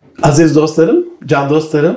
Aziz dostlarım, can dostlarım,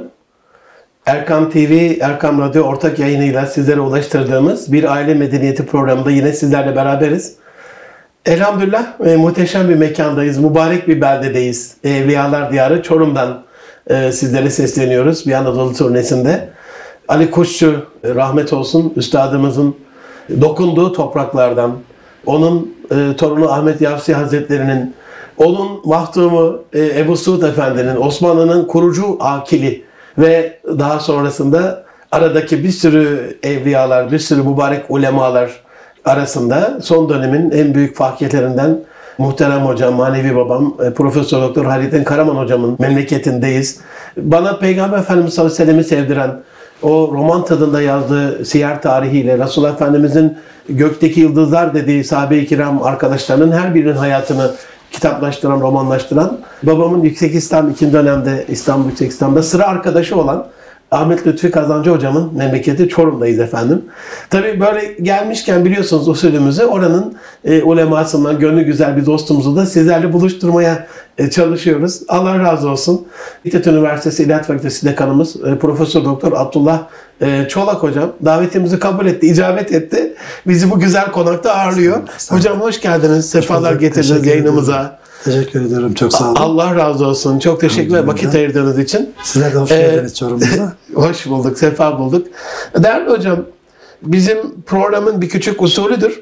Erkam TV, Erkam Radyo ortak yayınıyla sizlere ulaştırdığımız bir aile medeniyeti programında yine sizlerle beraberiz. Elhamdülillah muhteşem bir mekandayız, mübarek bir beldedeyiz. Evliyalar Diyarı Çorum'dan sizlere sesleniyoruz bir Anadolu turnesinde. Ali Kuşçu rahmet olsun üstadımızın dokunduğu topraklardan, onun torunu Ahmet Yavsi Hazretleri'nin, onun mahtumu Ebu Suud Efendi'nin, Osmanlı'nın kurucu akili ve daha sonrasında aradaki bir sürü evliyalar, bir sürü mübarek ulemalar arasında son dönemin en büyük fakihlerinden muhterem hocam, manevi babam, Profesör Doktor Hayrettin Karaman hocamın memleketindeyiz. Bana Peygamber Efendimiz sallallahu aleyhi ve sellem'i sevdiren, o roman tadında yazdığı siyer tarihiyle Resulullah Efendimiz'in gökteki yıldızlar dediği sahabe-i kiram arkadaşlarının her birinin hayatını kitaplaştıran, romanlaştıran, babamın Yüksek İslam 2. dönemde İstanbul Yüksek İslam'da sıra arkadaşı olan Ahmet Lütfi Kazancı hocamın memleketi Çorum'dayız efendim. Tabii böyle gelmişken biliyorsunuz usulümüzü, oranın ulemasından gönlü güzel bir dostumuzu da sizlerle buluşturmaya çalışıyoruz. Allah razı olsun. İTÜ Üniversitesi İlahiyat Fakültesi Dekanımız Profesör Doktor Abdullah Çolak hocam davetimizi kabul etti, icabet etti. Bizi bu güzel konakta ağırlıyor. Hocam hoş geldiniz. Sefalar getirdiniz yayınımıza. Teşekkür ederim. Çok sağ olun. Allah razı olsun. Çok teşekkürler vakit ayırdığınız için. Sizler de hoş geldiniz Çorum'da. Hoş bulduk. Sefa bulduk. Değerli hocam, bizim programın bir küçük usulüdür.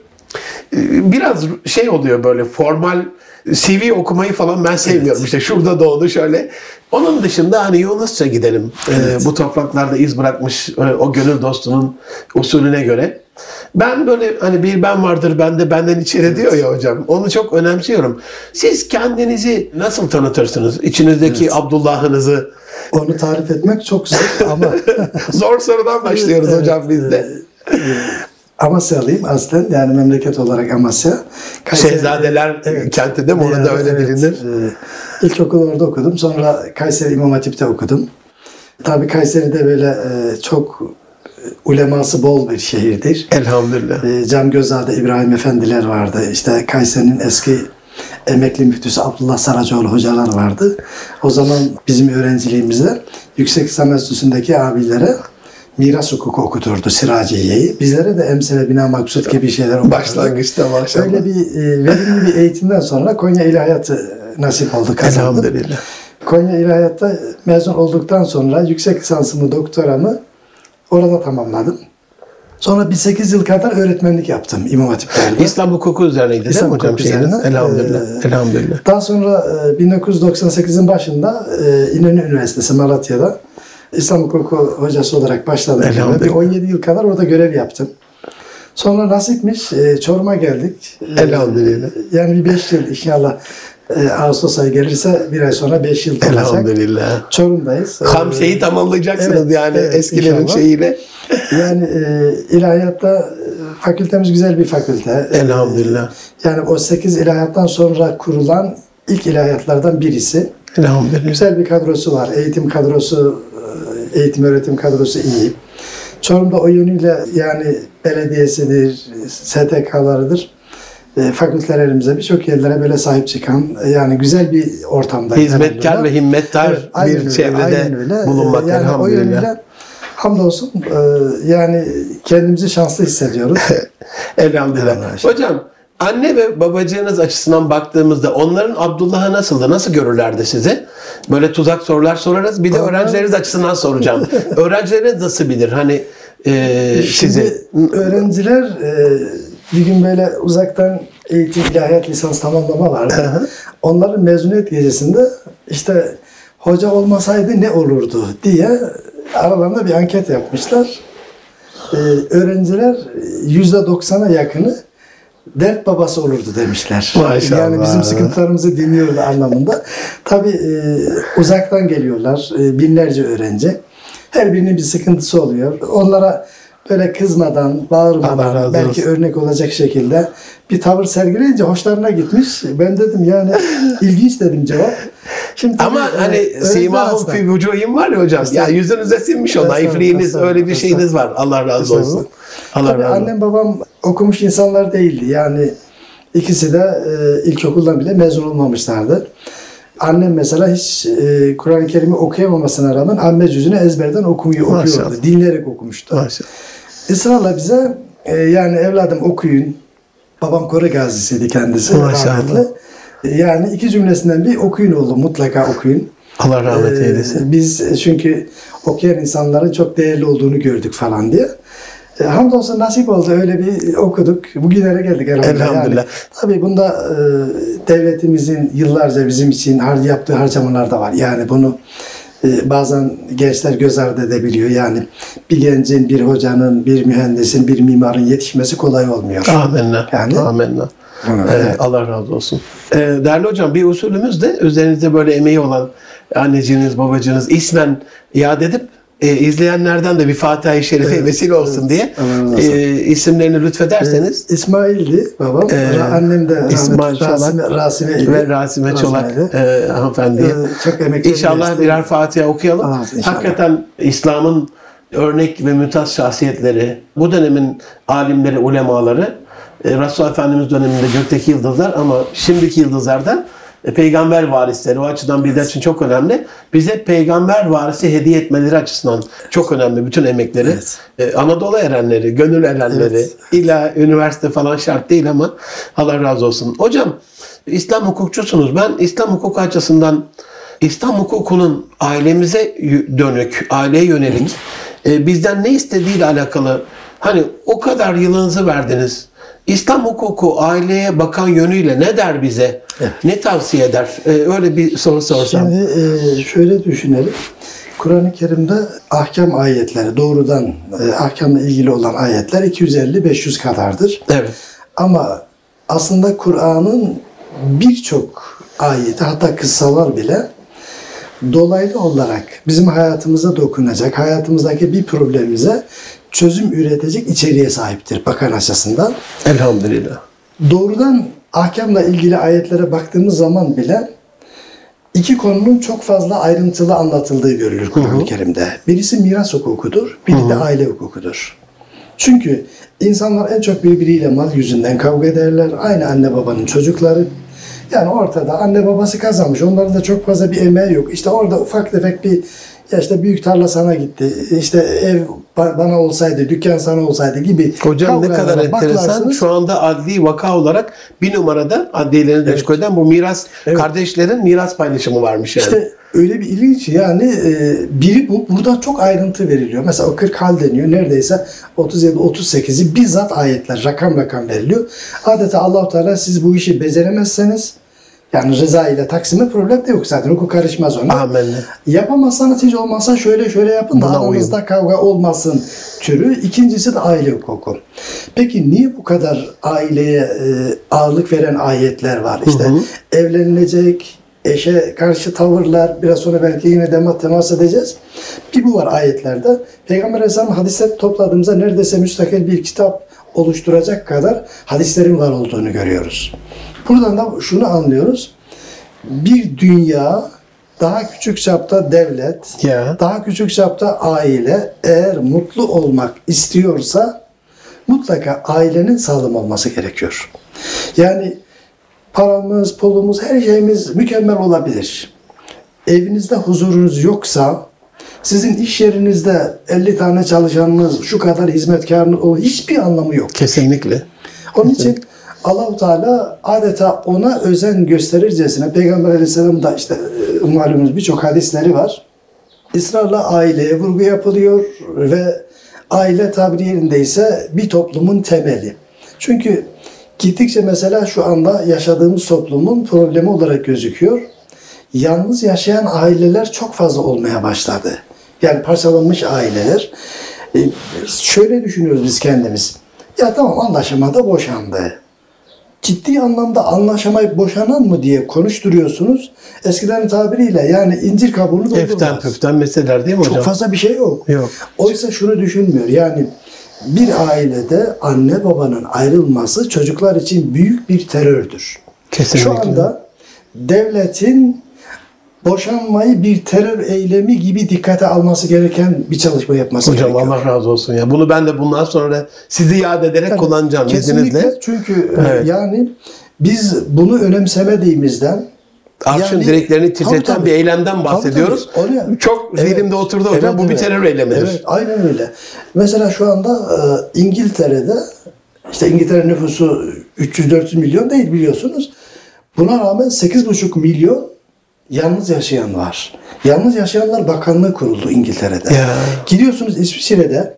Biraz şey oluyor böyle formal CV okumayı falan ben sevmiyorum. Evet. İşte şurada doğdu şöyle. Onun dışında hani Yunusça gidelim. Evet. Bu topraklarda iz bırakmış o gönül dostunun usulüne göre. Ben böyle hani bir ben vardır bende benden içeri diyor ya hocam. Onu çok önemsiyorum. Siz kendinizi nasıl tanıtırsınız? İçinizdeki Abdullah'ınızı. Onu tarif etmek çok zor ama. Zor sorudan başlıyoruz hocam biz de. Amasyalıyım aslen, yani memleket olarak Amasya. Şehzadeler kenti değil mi? Orada öyle bilinir. İlkokulu orada okudum. Sonra Kayseri İmam Hatip'te okudum. Tabii Kayseri'de böyle çok uleması bol bir şehirdir. Elhamdülillah. Cam Gözade İbrahim Efendiler vardı. İşte Kayseri'nin eski emekli müftüsü Abdullah Saracoğlu hocalar vardı. O zaman bizim öğrenciliğimizde Yüksek İslam Enstitüsü'ndeki abilere miras hukuku okuturdu, Siraciye'yi. Bizlere de emsile bina maksut gibi şeyler okuturdu. Başlangıçta maşallah. Öyle bir verimli bir eğitimden sonra Konya İlahiyatı nasip oldu, kazandım. Elhamdülillah. Konya İlahiyat'ta mezun olduktan sonra yüksek lisansımı, doktoramı orada tamamladım. Sonra bir 8 yıl kadar öğretmenlik yaptım İmam Hatip'lerde. İslam hukuku üzerineydi değil mi hocam? Elhamdülillah. Elhamdülillah. Daha sonra 1998'in başında İnönü Üniversitesi Malatya'da İslam hukuku hocası olarak başladım. Bir 17 yıl kadar orada görev yaptım. Sonra nasipmiş Çorum'a geldik. Elhamdülillah. Yani bir 5 yıl inşallah Ağustos ayı gelirse bir ay sonra 5 yıl olacak. Elhamdülillah. Çorum'dayız. Hamşeyi tamamlayacaksınız yani eskilerin inşallah. Şeyiyle. Yani ilahiyatta fakültemiz güzel bir fakülte. Elhamdülillah. Yani o 8 ilahiyattan sonra kurulan ilk ilahiyatlardan birisi. Elhamdülillah. Güzel bir kadrosu var. Eğitim kadrosu, eğitim öğretim kadrosu iyi. Çorum'da o yönüyle yani belediyesidir, STK'larıdır. Fakültelerimize birçok yerlere böyle sahip çıkan yani güzel bir ortamda. Hizmetkar ve himmettar bir çevrede bulunmak yani elhamdülillah. O yönüyle hamdolsun yani kendimizi şanslı hissediyoruz. Elhamdülillah. Hocam anne ve babacığınız açısından baktığımızda onların Abdullah'ı nasıldı? Nasıl görürlerdi sizi? Böyle tuzak sorular sorarız. Bir de öğrencileriniz açısından soracağım. Öğrencileriniz nasıl bilir? Hani sizi... Öğrenciler bir gün böyle uzaktan eğitim ilahiyat lisans tamamlama vardı. Onların mezuniyet gecesinde işte hoca olmasaydı ne olurdu diye aralarında bir anket yapmışlar. Öğrenciler %90'a yakını dert babası olurdu demişler. Maşallah. Yani bizim sıkıntılarımızı dinliyorlar anlamında. Tabii uzaktan geliyorlar binlerce öğrenci. Her birinin bir sıkıntısı oluyor. Onlara böyle kızmadan, bağırmadan, belki örnek olacak şekilde bir tavır sergileyince hoşlarına gitmiş. Ben dedim yani ilginç dedim cevap. Şimdi tabii, ama hani simahum fi vucuhim var ya hocam. Ya yüzünüze sinmiş o naifliğiniz, öyle bir şeyiniz var. Allah razı olsun. Allah razı olsun. Annem babam okumuş insanlar değildi. Yani ikisi de ilkokuldan bile mezun olmamışlardı. Annem mesela hiç Kur'an-ı Kerim'i okuyamamasına rağmen amme cüzünü ezberden okuyordu. Maşallah. Dinleyerek okumuştu. Maşallah. Israrla bize yani evladım okuyun. Babam Kore gazisiydi kendisi. Maşallah. Rahmetli. Yani iki cümlesinden bir okuyun oğlum, mutlaka okuyun. Allah rahmet eylesin. Biz çünkü okuyan insanların çok değerli olduğunu gördük falan diye. Hamdolsun nasip oldu, öyle bir okuduk. Bugünlere geldik elhamdülillah. Elhamdülillah. Yani, tabii bunda devletimizin yıllarca bizim için yaptığı harcamalar da var. Yani bunu bazen gençler göz ardı edebiliyor. Yani bir gencin, bir hocanın, bir mühendisin, bir mimarın yetişmesi kolay olmuyor. Amenna. Yani- Amenna. Evet. Allah razı olsun. Değerli hocam, bir usulümüz de üzerinizde böyle emeği olan anneciniz, babacınız ismen iade edip izleyenlerden de bir Fatiha-i Şerife vesile olsun diye Allah razı olsun. isimlerini lütfederseniz. İsmail'di babam. Annem de İsmail rahmetli Çolak Rasime ve Rasime Çolak hanımefendiye. Çok emekli. İnşallah birer Fatiha okuyalım. Allah razı olsun, inşallah. Hakikaten İslam'ın örnek ve mümtaz şahsiyetleri, bu dönemin alimleri, ulemaları, Resulullah Efendimiz döneminde gökteki yıldızlar ama şimdiki yıldızlardan peygamber varisleri, o açıdan bizler için çok önemli. Bize peygamber varisi hediye etmeleri açısından çok önemli bütün emekleri. Evet. Anadolu erenleri, gönül erenleri, Evet. illa üniversite falan şart değil ama Allah razı olsun. Hocam, İslam hukukçusunuz. Ben İslam hukuku açısından İslam hukukunun ailemize dönük, aileye yönelik bizden ne istediğiyle alakalı, hani o kadar yılınızı verdiniz. İslam hukuku aileye bakan yönüyle ne der bize? Ne tavsiye eder? Öyle bir soru sorsam. Şimdi şöyle düşünelim. Kur'an-ı Kerim'de ahkam ayetleri, doğrudan ahkamla ilgili olan ayetler 250-500 kadardır. Evet. Ama aslında Kur'an'ın birçok ayeti, hatta kıssalar bile dolaylı olarak bizim hayatımıza dokunacak, hayatımızdaki bir problemimize çözüm üretecek içeriğe sahiptir bakan açısından. Elhamdülillah. Doğrudan ahkamla ilgili ayetlere baktığımız zaman bile iki konunun çok fazla ayrıntılı anlatıldığı görülür Kur'an-ı Kerim'de. Birisi miras hukukudur, biri de aile hukukudur. Çünkü insanlar en çok birbiriyle mal yüzünden kavga ederler. Aynı anne babanın çocukları. Yani ortada anne babası kazanmış. Onların da çok fazla bir emeği yok. İşte orada ufak tefek bir, ya işte büyük tarla sana gitti, İşte ev bana olsaydı, dükkan sana olsaydı gibi. Hocam ne kadar kavgalara enteresan. baklarsınız. Şu anda adli vaka olarak bir numarada adliyelerini teşkil eden bu miras, kardeşlerin miras paylaşımı varmış yani. İşte öyle bir ilginç yani biri bu. Burada çok ayrıntı veriliyor. Mesela o 40 hal deniyor. Neredeyse 37-38'i bizzat ayetler rakam veriliyor. Adeta Allah-u Teala siz bu işi beceremezseniz, yani rıza ile taksime problem de yok zaten. Hukuk karışmaz ona. Amenna. Yapamazsanız hiç olmazsa şöyle yapın da Buna aranızda kavga olmasın türü. İkincisi de aile hukuku. Peki niye bu kadar aileye ağırlık veren ayetler var? İşte evlenilecek, eşe karşı tavırlar, biraz sonra belki yine temas edeceğiz. Bir bu var ayetlerde. Peygamber Aleyhisselam hadisleri topladığımızda neredeyse müstakil bir kitap oluşturacak kadar hadislerin var olduğunu görüyoruz. Buradan da şunu anlıyoruz. Bir dünya, daha küçük çapta devlet, Ya. daha küçük çapta aile eğer mutlu olmak istiyorsa mutlaka ailenin sağlam olması gerekiyor. Yani paramız, pulumuz, her şeyimiz mükemmel olabilir. Evinizde huzurunuz yoksa, sizin iş yerinizde 50 tane çalışanınız, şu kadar hizmetkarınız, o hiçbir anlamı yok. Kesinlikle. Onun için Allah-u Teala adeta ona özen gösterircesine, Peygamber Aleyhisselam'ın da işte malumunuz birçok hadisleri var. İsrarla aileye vurgu yapılıyor ve aile tabiri yerindeyse bir toplumun temeli. Çünkü gittikçe mesela şu anda yaşadığımız toplumun problemi olarak gözüküyor. Yalnız yaşayan aileler çok fazla olmaya başladı. Yani parçalanmış aileler. Şöyle düşünüyoruz biz kendimiz. Ya tamam, anlaşamadı, boşandı. Ciddi anlamda anlaşamayıp boşanan mı diye konuşturuyorsunuz. Eskilerin tabiriyle yani incir kabuğunu doldurmaz. Eften püften meseleler değil mi hocam? Çok fazla bir şey yok. Yok. Oysa şunu düşünmüyor. Yani bir ailede anne babanın ayrılması çocuklar için büyük bir terördür. Kesinlikle. Şu anda devletin boşanmayı bir terör eylemi gibi dikkate alması gereken bir çalışma yapması Hocam gerekiyor. Allah razı olsun ya. Bunu ben de bundan sonra sizi yad ederek kullanacağım Kesinlikle, izninizle. çünkü Evet. yani biz bunu önemsemediğimizden Arşın Yani- direklerini titreten Tabii. bir eylemden bahsediyoruz. Tabii, tabii. Çok Evet. zihnimde oturdu hocam. Evet, Bu bir evet. terör eylemidir. Evet, aynen öyle. Mesela şu anda İngiltere'de, işte İngiltere nüfusu 300-400 milyon değil biliyorsunuz. Buna rağmen 8,5 milyon yalnız yaşayan var. Yalnız yaşayanlar bakanlığı kuruldu İngiltere'de. Ya. Gidiyorsunuz İsviçre'de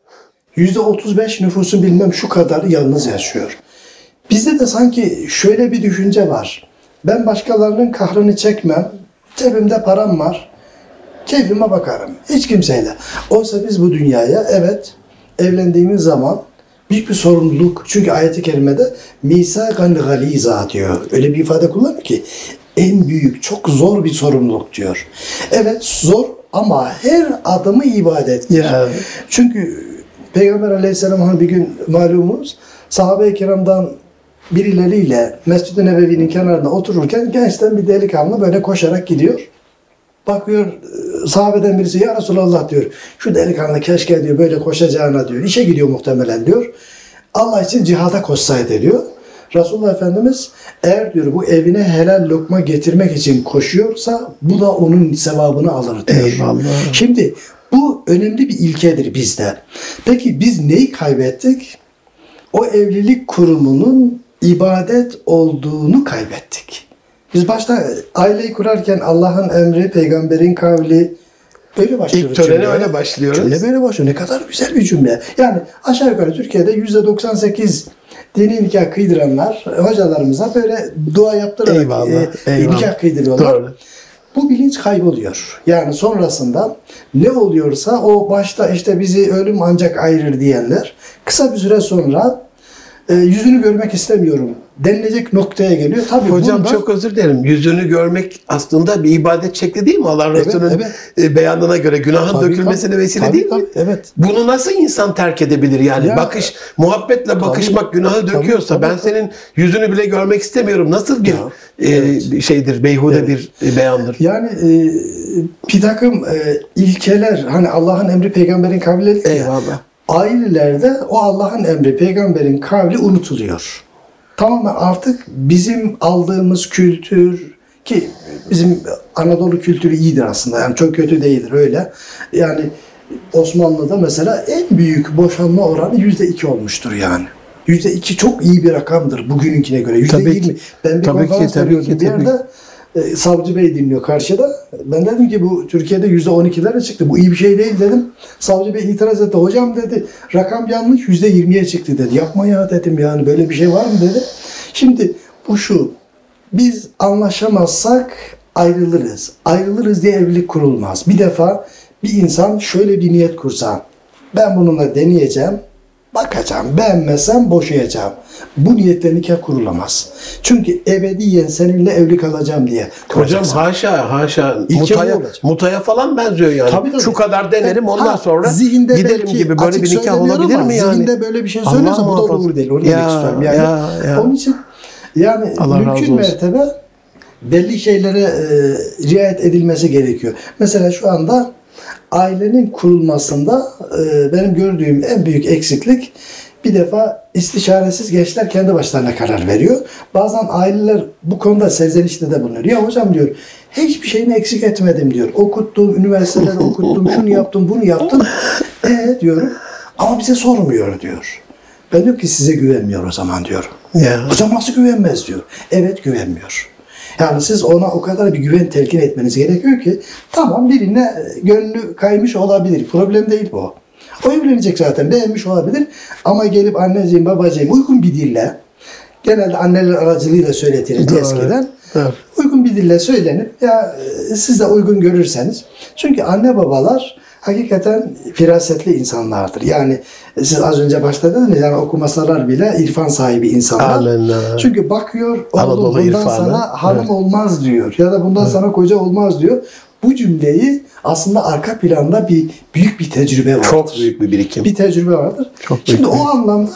%35 nüfusun bilmem şu kadarı yalnız yaşıyor. Bizde de sanki şöyle bir düşünce var. Ben başkalarının kahrını çekmem. Cebimde param var. Keyfime bakarım. Hiç kimseyle. Oysa biz bu dünyaya evet evlendiğimiz zaman büyük bir sorumluluk. Çünkü ayet-i kerimede misak-ın galiza diyor. Öyle bir ifade kullanıyor ki en büyük, çok zor bir sorumluluk diyor. Evet zor ama her adımı ibadettir. Ya. Çünkü Peygamber Aleyhisselam bir gün malumunuz sahabe-i kiramdan birileriyle Mescid-i Nebevi'nin kenarında otururken gençten bir delikanlı böyle koşarak gidiyor. Bakıyor sahabeden birisi ya Resulallah diyor. Şu delikanlı keşke diyor böyle koşacağına diyor. İşe gidiyor muhtemelen diyor. Allah için cihada koşsaydı diyor. Resulullah Efendimiz eğer diyor bu evine helal lokma getirmek için koşuyorsa bu da onun sevabını alır diyor. Eyvallah. Şimdi bu önemli bir ilkedir bizde. Peki biz neyi kaybettik? O evlilik kurumunun ibadet olduğunu kaybettik. Biz başta aileyi kurarken Allah'ın emri, peygamberin kavli böyle başlıyoruz. İlk töreni cümleye. öyle başlıyoruz. Cümle böyle başlıyor. Ne kadar güzel bir cümle. Yani aşağı yukarı Türkiye'de %98 dini nikah kıydıranlar hocalarımıza böyle dua yaptırarak Eyvallah. nikah kıydırıyorlar. Doğru. Bu bilinç kayboluyor. Yani sonrasında ne oluyorsa o başta işte bizi ölüm ancak ayırır diyenler kısa bir süre sonra yüzünü görmek istemiyorum denilecek noktaya geliyor. Tabii Hocam bunda, çok özür dilerim. Yüzünü görmek aslında bir ibadet şekli değil mi? Allah Evet, Resulü'nün evet. Beyanına göre günahın Tabii, dökülmesine tabii. vesile Tabii, değil mi? tabii, evet. Bunu nasıl insan terk edebilir yani? Ya, Muhabbetle bakışmak günahı tabii, döküyorsa tabii, ben tabii. senin yüzünü bile görmek istemiyorum. Nasıl bir şeydir, beyhude Evet. bir beyandır? yani bir takım ilkeler hani Allah'ın emri peygamberin kavli dedik ya, Eyvallah. ailelerde o Allah'ın emri peygamberin kavli unutuluyor. Tamamen artık bizim aldığımız kültür ki bizim Anadolu kültürü iyidir aslında. Yani çok kötü değildir öyle. Yani Osmanlı'da mesela en büyük boşanma oranı %2 olmuştur yani. %2 çok iyi bir rakamdır bugününkine göre. Tabii %20. ki. Ben bir Tabii ki, konferans tabii veriyordum ki, bir tabii. yerde. Savcı Bey dinliyor karşıda. Ben dedim ki bu Türkiye'de %12'lere çıktı. Bu iyi bir şey değil dedim. Savcı Bey itiraz etti. Hocam dedi rakam yanlış %20'ye çıktı dedi. Yapma ya dedim yani böyle bir şey var mı dedi. Şimdi bu şu. Biz anlaşamazsak ayrılırız. Ayrılırız diye evlilik kurulmaz. Bir defa bir insan şöyle bir niyet kursa. Ben bununla deneyeceğim. Bakacağım. Beğenmezsem boşayacağım. Bu niyetle nikah kurulamaz. Çünkü ebediyen seninle evli kalacağım diye. Hocam kuracaksın. haşa İlke bu olacak. mutaya falan benziyor yani. Tabii, tabii. Şu kadar denerim ondan Ha, sonra zihinde gidelim belki gibi böyle açık bir nikah söylemiyor olabilir ama mi yani? Zihinde böyle bir şey Allah söylüyorsa bu da muhafaza. doğru değil. Onu Ya, demek istiyorum. Yani ya. onun için yani Allah razı mümkün olsun. mertebe belli şeylere riayet edilmesi gerekiyor. Mesela şu anda ailenin kurulmasında benim gördüğüm en büyük eksiklik bir defa istişaresiz gençler kendi başlarına karar veriyor. Bazen aileler bu konuda serzenişte de bulunuyor. Ya hocam diyor hiçbir şeyini eksik etmedim diyor. Okuttum, üniversiteleri okuttum, şunu yaptım, bunu yaptım. Diyorum ama bize sormuyor diyor. Ben diyorum ki size güvenmiyor o zaman diyorum. Ya. Hocam nasıl güvenmez diyor. Evet güvenmiyor. Yani siz ona o kadar bir güven telkin etmeniz gerekiyor ki tamam birine gönlü kaymış olabilir. Problem değil bu. O evlenecek zaten beğenmiş olabilir. Ama gelip anneciğim babacığım uygun bir dille genelde anneler aracılığıyla söyletilirdi Doğru. eskiden. Evet. Uygun bir dille söylenip ya siz de uygun görürseniz. Çünkü anne babalar hakikaten firasetli insanlardır. Yani siz az önce başta dediniz yani okumasalar bile irfan sahibi insanlar. Amenna. Çünkü bakıyor Anadolu oğlum bundan irfanı. sana hanım Evet. olmaz diyor. Ya da bundan sana koca olmaz diyor. Bu cümleyi aslında arka planda büyük bir tecrübe vardır. Çok büyük bir birikim. Bir tecrübe vardır. Çok büyük Şimdi bir- o anlamda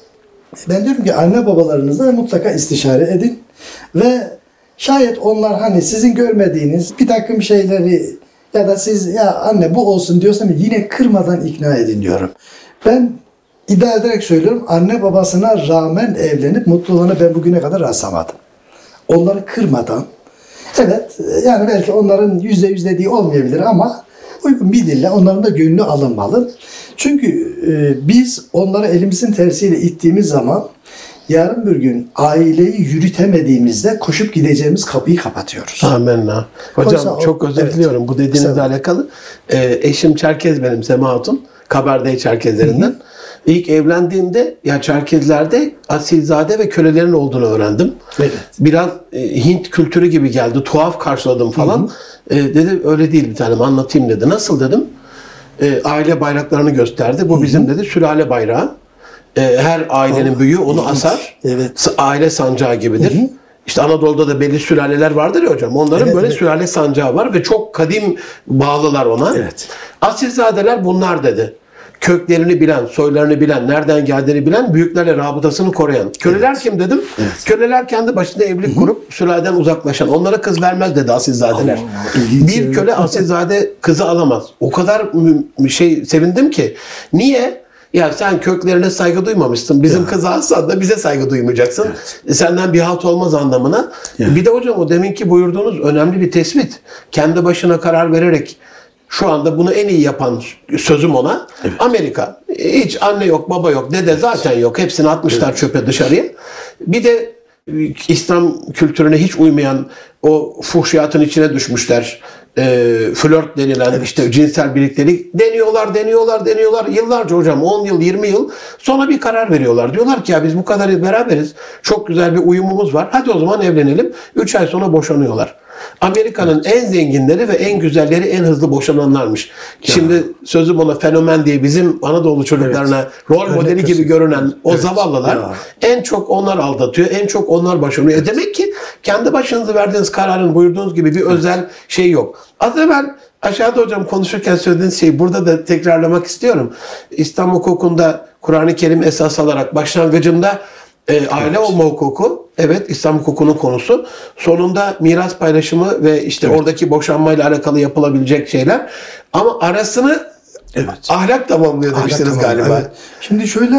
ben diyorum ki anne babalarınızla mutlaka istişare edin ve şayet onlar hani sizin görmediğiniz bir takım şeyleri ya da siz ya anne bu olsun diyorsanız yine kırmadan ikna edin diyorum. Ben iddia ederek söylüyorum anne babasına rağmen evlenip mutlu olanı ben bugüne kadar rastlamadım. Onları kırmadan Evet, yani belki onların %100 dediği olmayabilir ama uygun bir dille onların da gönlü alınmalı. Çünkü biz onları elimizin tersiyle ittiğimiz zaman yarın bir gün aileyi yürütemediğimizde koşup gideceğimiz kapıyı kapatıyoruz. Amenna. Hocam Oysa çok özür diliyorum bu dediğinizle Tabii. alakalı. Eşim Çerkez benim, Sema Hatun. Kabardey Çerkezlerinden. İlk evlendiğimde ya Çerkezlerde asilzade ve kölelerin olduğunu öğrendim. Evet. Biraz Hint kültürü gibi geldi. Tuhaf karşıladım falan. Dedi öyle değil bir tanem, anlatayım dedi. Nasıl dedim. Aile bayraklarını gösterdi. Bu bizim dedi sülale bayrağı. Her ailenin büyüğü onu asar. Evet. Aile sancağı gibidir. İşte Anadolu'da da belli sülaleler vardır ya hocam. Onların Evet, böyle evet. sülale sancağı var ve çok kadim bağlılar ona. Evet. Asilzadeler bunlar dedi. Köklerini bilen, soylarını bilen, nereden geldiğini bilen, büyüklerle rabıtasını koruyan. Köleler kim dedim? Köleler kendi başına evlilik kurup sülaleden uzaklaşan. Onlara kız vermez dedi asilzadeler. ilginç. Bir köle asilzade kızı alamaz. O kadar sevindim ki. Niye? Ya sen köklerine saygı duymamışsın. Bizim kızı alsan da bize saygı duymayacaksın. Senden bir halt olmaz anlamına. Bir de hocam o deminki buyurduğunuz önemli bir tespit. Kendi başına karar vererek şu anda bunu en iyi yapan sözüm ona. Amerika. Hiç anne yok, baba yok, dede zaten yok. Hepsini atmışlar çöpe dışarıya. Bir de İslam kültürüne hiç uymayan o fuhşiyatın içine düşmüşler. Flört denilen işte cinsel birliktelik deniyorlar yıllarca hocam, 10 yıl 20 yıl sonra bir karar veriyorlar. Diyorlar ki ya biz bu kadar yıl beraberiz, çok güzel bir uyumumuz var, hadi o zaman evlenelim. 3 ay sonra boşanıyorlar. Amerika'nın en zenginleri ve en güzelleri en hızlı boşananlarmış. Şimdi sözüm ona fenomen diye bizim Anadolu çocuklarına rol modeli gibi görünen o zavallılar en çok onlar aldatıyor, en çok onlar boşanıyor. Demek ki kendi başınıza verdiğiniz kararın buyurduğunuz gibi bir özel şey yok. Az evvel aşağıda hocam konuşurken söylediğiniz şeyi burada da tekrarlamak istiyorum. İslam hukukunda Kur'an-ı Kerim esas alarak başlangıcında aile olma hukuku, evet İslam hukukunun konusu. Sonunda miras paylaşımı ve işte oradaki boşanmayla alakalı yapılabilecek şeyler. Ama arasını ahlak tamamlıyor demiştiniz galiba. Evet. Şimdi şöyle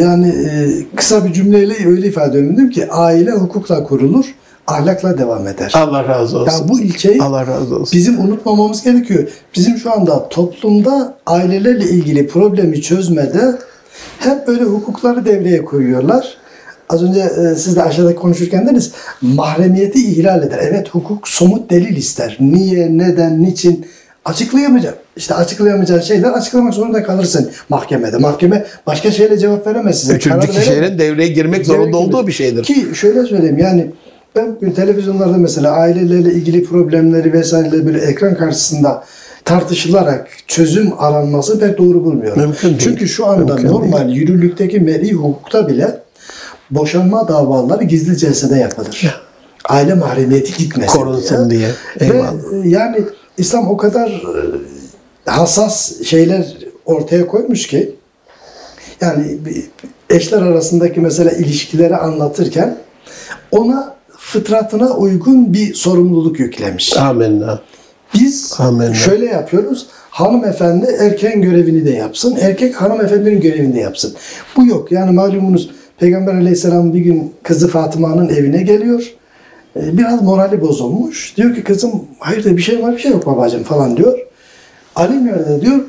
kısa bir cümleyle öyle ifade ediyorum ki aile hukukla kurulur, ahlakla devam eder. Allah razı olsun. Yani bu ilkeyi Allah razı olsun. bizim unutmamamız gerekiyor. Bizim şu anda toplumda ailelerle ilgili problemi çözmede hep böyle hukukları devreye koyuyorlar. Az önce siz de aşağıda konuşurken dediniz, mahremiyeti ihlal eder. Evet, hukuk somut delil ister. Niye, neden, niçin açıklayamayacak. İşte açıklayamayacağın şeyler açıklamak zorunda kalırsın mahkemede. Mahkeme başka şeyle cevap veremez size. Üçüncü kişilerin devreye girmek zorunda olduğu bir şeydir. Ki şöyle söyleyeyim, yani ben bugün televizyonlarda mesela ailelerle ilgili problemleri vesaire böyle ekran karşısında tartışılarak çözüm aranması pek doğru bulmuyorum. Mümkün değil. Çünkü şu anda Mümkün normal yürürlükteki meri hukukta bile boşanma davaları gizli celsede yapılır. Aile mahremiyeti gitmesin Korunsun diye. Eyvallah. Ve yani İslam o kadar hassas şeyler ortaya koymuş ki yani eşler arasındaki mesela ilişkileri anlatırken ona fıtratına uygun bir sorumluluk yüklemiş. Amenna. Biz Amenna. şöyle yapıyoruz. Hanımefendi erkeğin görevini de yapsın. Erkek hanımefendinin görevini de yapsın. Bu yok. Yani malumunuz Peygamber Aleyhisselam bir gün kızı Fatıma'nın evine geliyor. Biraz morali bozulmuş. Diyor ki kızım hayırdır bir şey var, bir şey yok babacığım falan diyor. Ali nerede diyor.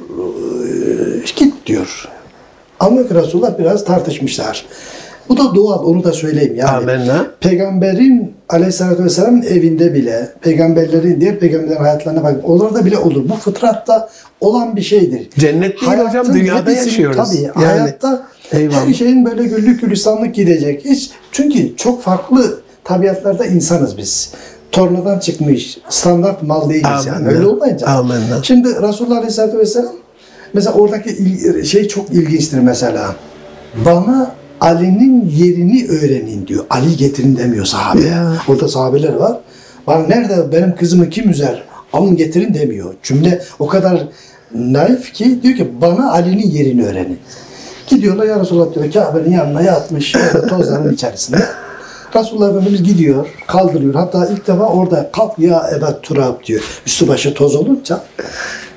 Git diyor. Ama Resulullah biraz tartışmışlar. Bu da doğal, onu da söyleyeyim. Yani Amenna. Peygamberin Aleyhisselatü Vesselam'ın evinde bile, peygamberlerin, diğer peygamberlerin hayatlarına bakın. Onlarda bile olur. Bu fıtratta olan bir şeydir. Cennet değil hocam, Hayatın dünyada hepsi, yaşıyoruz. Tabii. Yani, hayatta eyvallah. her şeyin böyle güllük gülistanlık gidecek. Çünkü çok farklı tabiatlarda insanız biz. Tornadan çıkmış, standart mal değiliz yani. Öyle olmayınca. Amenna. Şimdi Resulullah Aleyhisselatü Vesselam mesela oradaki şey çok ilginçtir mesela. Bana Ali'nin yerini öğrenin diyor. Ali getirin demiyor sahabe. Orada sahabeler var. Bana nerede benim kızımı kim üzer? Alın getirin demiyor. Cümle o kadar naif ki diyor ki bana Ali'nin yerini öğrenin. Gidiyorlar ya Resulullah diyor Kabe'nin yanına yatmış tozların içerisinde. Resulullah Efendimiz gidiyor, kaldırıyor. Hatta ilk defa orada kalk ya Ebu Turab diyor. Üstü başı toz olunca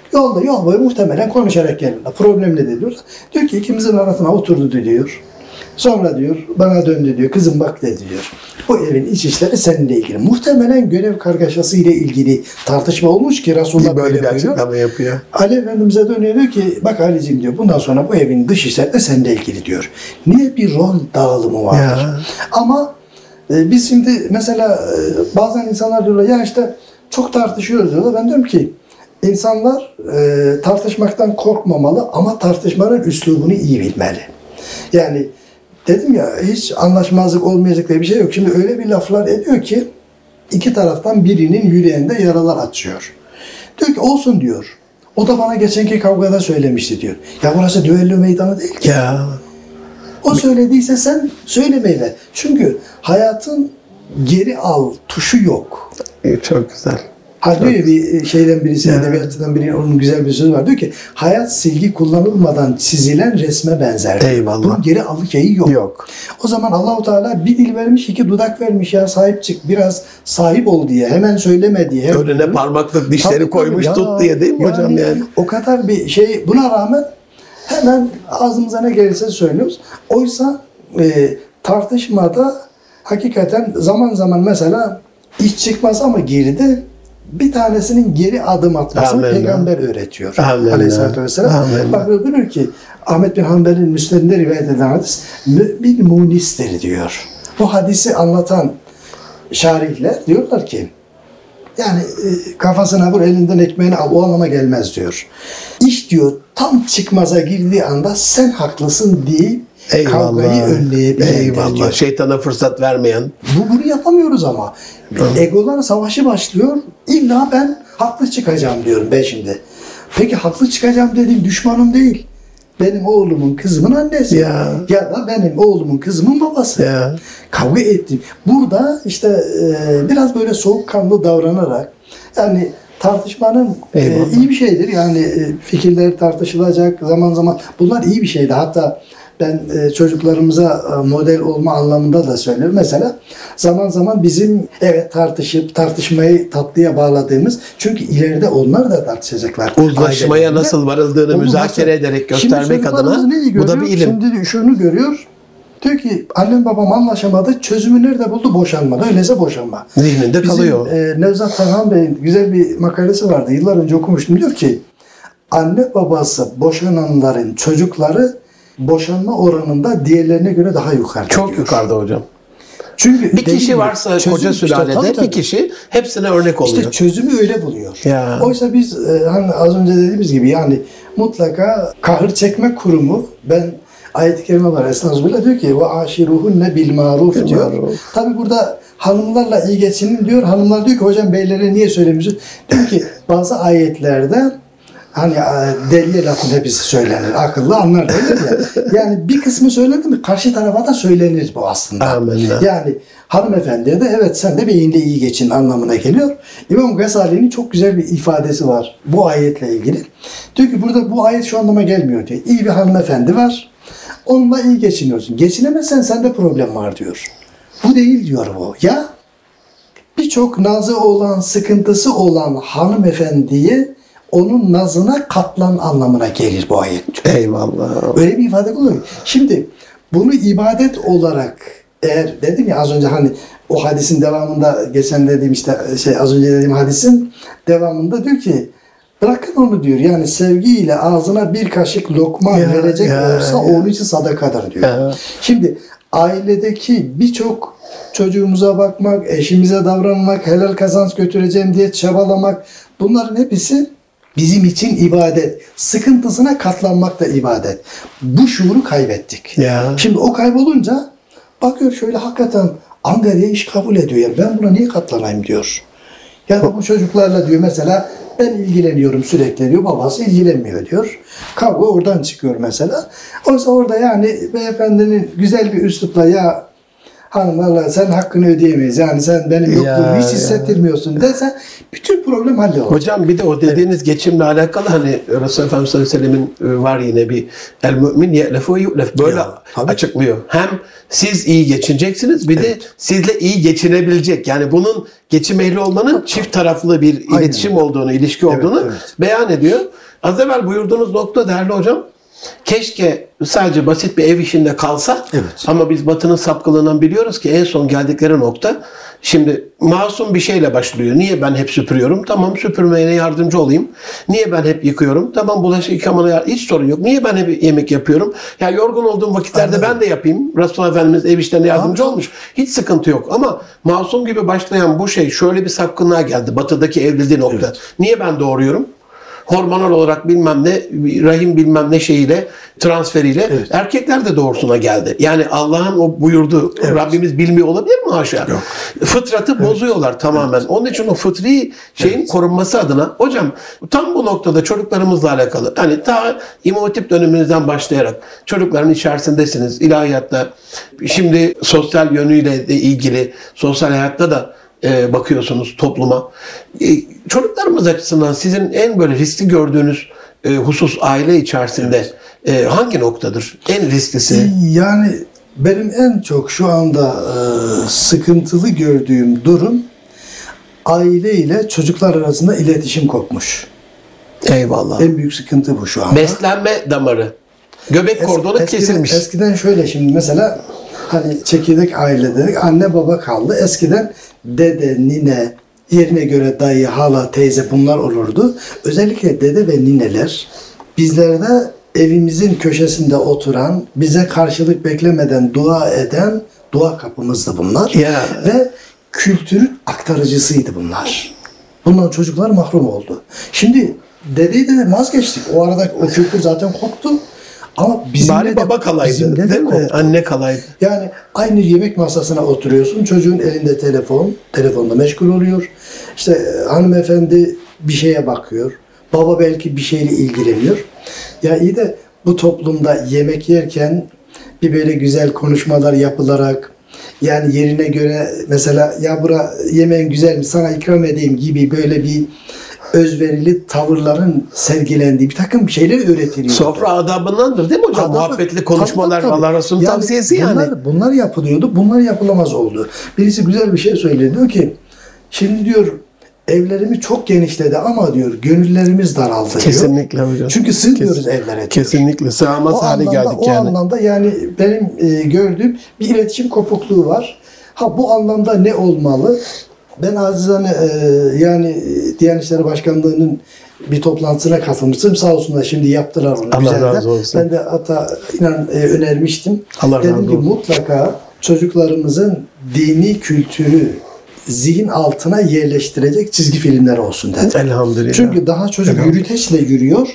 yol boyu muhtemelen konuşarak geldiler. Problem ne diyor? Diyor ki ikimizin arasına oturdu diyor. Sonra diyor bana döndü diyor. Kızım bak dedi diyor. Bu evin iç işleri seninle ilgili. Muhtemelen görev kargaşası ile ilgili tartışma olmuş ki Resulullah Böyle bir buyuruyor. açıklama yapıyor. Ali Efendimiz'e dönüyor diyor ki bak Ali'ciğim diyor bundan sonra bu evin dış işleri de seninle ilgili diyor. Niye bir rol dağılımı vardır? Ya. Ama biz şimdi mesela bazen insanlar diyorlar ya işte çok tartışıyoruz diyorlar. Ben diyorum ki insanlar tartışmaktan korkmamalı ama tartışmanın üslubunu iyi bilmeli. Yani dedim ya hiç anlaşmazlık olmayacak diye bir şey yok. Şimdi öyle bir laflar ediyor ki iki taraftan birinin yüreğinde yaralar açıyor. Diyor ki olsun diyor. O da bana geçenki kavgada söylemişti diyor. Ya burası düello meydanı değil ki. Ya. O söylediyse sen söylemeyle. Çünkü hayatın geri al tuşu yok. Çok güzel. Ha diyor ya bir şeyden birisi, edebiyatçıdan birinin onun güzel bir sözü var. Diyor ki hayat silgi kullanılmadan çizilen resme benzer. Eyvallah. Bunun geri alı şeyi yok. Yok. O zaman Allahu Teala bir dil vermiş, iki dudak vermiş ya sahip çık. Biraz sahip ol diye, hemen söyleme diye. Önüne parmaklık dişleri Tabii, koymuş ya, tut diye değil mi hocam yani? O kadar bir şey buna rağmen hemen ağzımıza ne gelirse söylüyoruz. Oysa tartışmada hakikaten zaman zaman mesela iş çıkmaz ama geride bir tanesinin geri adım atmasını Amenna. Peygamber öğretiyor. Amenna. Aleyhisselatü Vesselam. Amenna. Bak diyor ki Ahmet bin Hanbel'in Müsned'inde rivayet edilen hadis mümin munistir diyor. Bu hadisi anlatan şarihler diyorlar ki yani kafasına vur elinden ekmeğini al o anlama gelmez diyor. İş diyor tam çıkmaza girdiği anda sen haklısın diye kavgayı önleyebilendir Eyvallah. diyor. Şeytana fırsat vermeyen. Bunu yapamıyoruz ama. Egolar savaşı başlıyor. İlla ben haklı çıkacağım diyorum ben şimdi. Peki haklı çıkacağım dediğim düşmanım değil. Benim oğlumun kızımın annesi. Ya. Ya da benim oğlumun kızımın babası. Ya. Kavga ettim. Burada işte biraz böyle soğukkanlı davranarak yani tartışmanın iyi bir şeydir. Yani fikirler tartışılacak zaman zaman. Bunlar iyi bir şeydi. Hatta ben çocuklarımıza model olma anlamında da söylüyorum. Mesela zaman zaman bizim evet tartışıp tartışmayı tatlıya bağladığımız çünkü ileride onlar da tartışacaklar. Uzlaşmaya Ailelerinde. nasıl varıldığını Onu müzakere nasıl- ederek Şimdi göstermek adına çocuklarımız neyi bu da bir görüyor? ilim. Şimdi şunu görüyor. Diyor ki annem babam anlaşamadı. Çözümü nerede buldu? Boşanmada. Öyleyse boşanma. Zihninde kalıyor. Nevzat Tarhan Bey'in güzel bir makalesi vardı. Yıllar önce okumuştum. Diyor ki anne babası boşananların çocukları boşanma oranında diğerlerine göre daha yukarıda. Çok diyor. yukarıda hocam. Çünkü Bir kişi varsa koca sülalede bir kişi hepsine örnek oluyor. İşte çözümü öyle buluyor. Ya. Oysa biz hani az önce dediğimiz gibi yani mutlaka kahır çekme kurumu ben ayet-i kerime var Estağfirullah diyor ki ve aşiruhunne bil maruf diyor. Maruf. Tabi burada hanımlarla iyi geçinin diyor. Hanımlar diyor ki hocam beylere niye söylemiyorsun? Diyor ki bazı ayetlerde hani deliye lafın hepsi söylenir. Akıllı anlar denir ya. Yani bir kısmı söylendi mi karşı tarafa da söylenir bu aslında. Amenna. Yani hanımefendiye de evet sen de beyinle iyi geçin anlamına geliyor. İmam Gazali'nin çok güzel bir ifadesi var bu ayetle ilgili. Diyor ki burada bu ayet şu anlama gelmiyor diyor. İyi bir hanımefendi var. Onunla iyi geçiniyorsun. Geçinemezsen sende problem var diyor. Bu değil diyor bu. Ya birçok nazı olan, sıkıntısı olan hanımefendiye onun nazına katlan anlamına gelir bu ayet. Eyvallah. Öyle bir ifade kullanıyor. Şimdi bunu ibadet olarak eğer dedim ya az önce hani o hadisin devamında geçen dediğim işte az önce dediğim hadisin devamında diyor ki bırakın onu diyor. Yani sevgiyle ağzına bir kaşık lokma verecek olsa onun için sadakadır diyor. Ya. Şimdi ailedeki birçok çocuğumuza bakmak, eşimize davranmak, helal kazanç götüreceğim diye çabalamak bunların hepsi bizim için ibadet. Sıkıntısına katlanmak da ibadet. Bu şuuru kaybettik. Ya. Şimdi o kaybolunca bakıyor şöyle hakikaten Angarya'ya iş kabul ediyor. Yani ben buna niye katlanayım diyor. Ya da bu çocuklarla diyor mesela ben ilgileniyorum sürekli diyor. Babası ilgilenmiyor diyor. Kavga oradan çıkıyor mesela. Oysa orada yani beyefendinin güzel bir üslupla ya hanımlarla sen hakkını ödeyemeyiz. Yani sen benim yokluğumu hiç hissettirmiyorsun dese bütün problem hallolur. Hocam bir de o dediğiniz geçimle alakalı hani Resulullah Efendimiz sallallahu aleyhi ve sellem'in var yine bir el mümin ye'lefu ve yu'lef böyle tabii. açıklıyor. Hem siz iyi geçineceksiniz bir de sizle iyi geçinebilecek. Yani bunun geçim ehli olmanın çift taraflı bir iletişim olduğunu, ilişki olduğunu evet. beyan ediyor. Az evvel buyurduğunuz nokta değerli hocam keşke sadece basit bir ev işinde kalsa. Evet. Ama biz Batı'nın sapkınlığından biliyoruz ki en son geldikleri nokta, şimdi masum bir şeyle başlıyor. Niye ben hep süpürüyorum? Tamam, süpürmeye yardımcı olayım. Niye ben hep yıkıyorum? Tamam, bulaşık yıkamana hiç sorun yok. Niye ben hep yemek yapıyorum? Ya yorgun olduğum vakitlerde ben de yapayım. Resulullah Efendimiz ev işlerine yardımcı olmuş. Hiç sıkıntı yok. Ama masum gibi başlayan bu şey şöyle bir sapkınlığa geldi. Batı'daki evliliği nokta. Niye ben doğuruyorum? Hormonal olarak bilmem ne, rahim bilmem ne şeyiyle, transferiyle erkekler de doğrusuna geldi. Yani Allah'ın o buyurduğu, Rabbimiz bilmiyor olabilir mi haşa? Yok. Fıtratı bozuyorlar tamamen. Onun için o fıtri şeyin korunması adına, hocam tam bu noktada çocuklarımızla alakalı, hani ta İmam Hatip döneminizden başlayarak çocukların içerisindesiniz, ilahiyatta, şimdi sosyal yönüyle de ilgili, sosyal hayatta da bakıyorsunuz topluma. Çocuklarımız açısından sizin en böyle riskli gördüğünüz husus aile içerisinde hangi noktadır? En risklisi? Yani benim en çok şu anda sıkıntılı gördüğüm durum, aile ile çocuklar arasında iletişim kopmuş. Eyvallah. En büyük sıkıntı bu şu anda. Beslenme damarı. Göbek kordonu kesilmiş. Eskiden şöyle, şimdi mesela hani çekirdek aile dedik, anne baba kaldı. Eskiden dede, nine, yerine göre dayı, hala, teyze bunlar olurdu. Özellikle dede ve nineler bizlerde evimizin köşesinde oturan, bize karşılık beklemeden dua eden dua kapımızdı bunlar. Ya. Ve kültürün aktarıcısıydı bunlar. Bundan çocuklar mahrum oldu. Şimdi dedeyi de vazgeçtik. O arada o kültür zaten koptu. Ama bizimle Bari baba kalaydı, değil mi? koptu. Anne kalaydı. Yani aynı yemek masasına oturuyorsun. Çocuğun elinde telefon. Telefonla meşgul oluyor. İşte hanımefendi bir şeye bakıyor. Baba belki bir şeyle ilgileniyor. Ya iyi de bu toplumda yemek yerken bir böyle güzel konuşmalar yapılarak, yani yerine göre mesela ya bura yemeğin güzel mi sana ikram edeyim gibi böyle bir özverili tavırların sergilendiği bir takım şeyler öğretiliyor. Sofra adabındandır değil mi hocam? Adabı, Muhabbetli konuşmalar, tabii. Allah Resulü'nün Yani tavsiyesi yani. Bunlar yapılıyordu. Bunlar yapılamaz oldu. Birisi güzel bir şey söyledi. Diyor ki şimdi diyor evlerimiz çok genişledi ama diyor gönüllerimiz daraldı diyor. Kesinlikle hocam. Çünkü sığmıyoruz evlere diyor. Kesinlikle sığamaz hale geldik o yani. anlamda yani benim gördüğüm bir iletişim kopukluğu var. Ha bu anlamda ne olmalı? Ben acizane yani Diyanet İşleri Başkanlığı'nın bir toplantısına katılmıştım. Sağ olsunlar şimdi yaptılar onu. Allah güzel de. razı olsun. Ben de hatta inan önermiştim. Allah razı Dedim ki olsun. mutlaka çocuklarımızın dini kültürü zihin altına yerleştirecek çizgi filmler olsun dedim. Elhamdülillah. Çünkü daha çocuk yürüteçle yürüyor.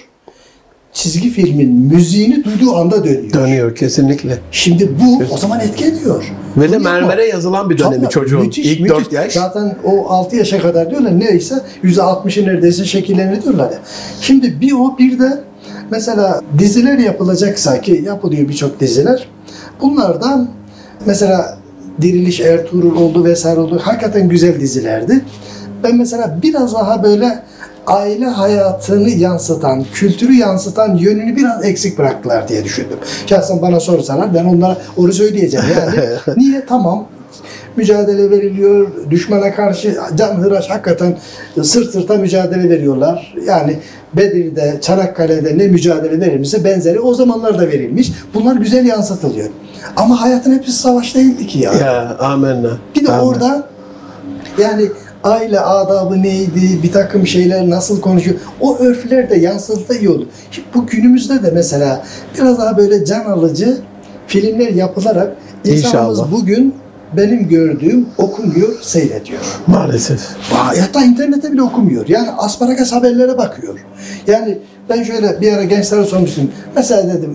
Çizgi filmin müziğini duyduğu anda dönüyor. Dönüyor kesinlikle. Şimdi bu o zaman etki ediyor. Ve de Duyuyor mu? mermere yazılan bir dönemi Tabii, çocuğun. müthiş, İlk müthiş. 4 yaş. Zaten o 6 yaşa kadar diyorlar neyse %60'ı neredeyse şekillenir diyorlar ya. Şimdi bir o bir de mesela diziler yapılacaksa ki yapılıyor birçok diziler. Bunlardan mesela Diriliş Ertuğrul oldu vesaire oldu. Hakikaten güzel dizilerdi. Ben mesela biraz daha böyle aile hayatını yansıtan, kültürü yansıtan yönünü biraz eksik bıraktılar diye düşündüm. Şahsen bana sorsalar ben onlara onu söyleyeceğim. Yani niye? Tamam. Mücadele veriliyor. Düşmana karşı canhıraş hakikaten sırt sırta mücadele veriyorlar. Yani Bedir'de, Çanakkale'de ne mücadele verilmişse benzeri o zamanlar da verilmiş. Bunlar güzel yansıtılıyor. Ama hayatın hepsi savaş değildi ki ya. Ya amenna. Bir de Amen. orada yani aile adabı neydi, bir takım şeyler nasıl konuşuyor, o örfler de yansıtılsa iyi olur. Şimdi bu günümüzde de mesela biraz daha böyle can alıcı filmler yapılarak insanımız İnşallah. bugün benim gördüğüm okumuyor, seyrediyor. Maalesef. Hatta internette bile okumuyor. Yani asparagas haberlere bakıyor. Yani ben şöyle bir ara gençlere sormuştum. Mesela dedim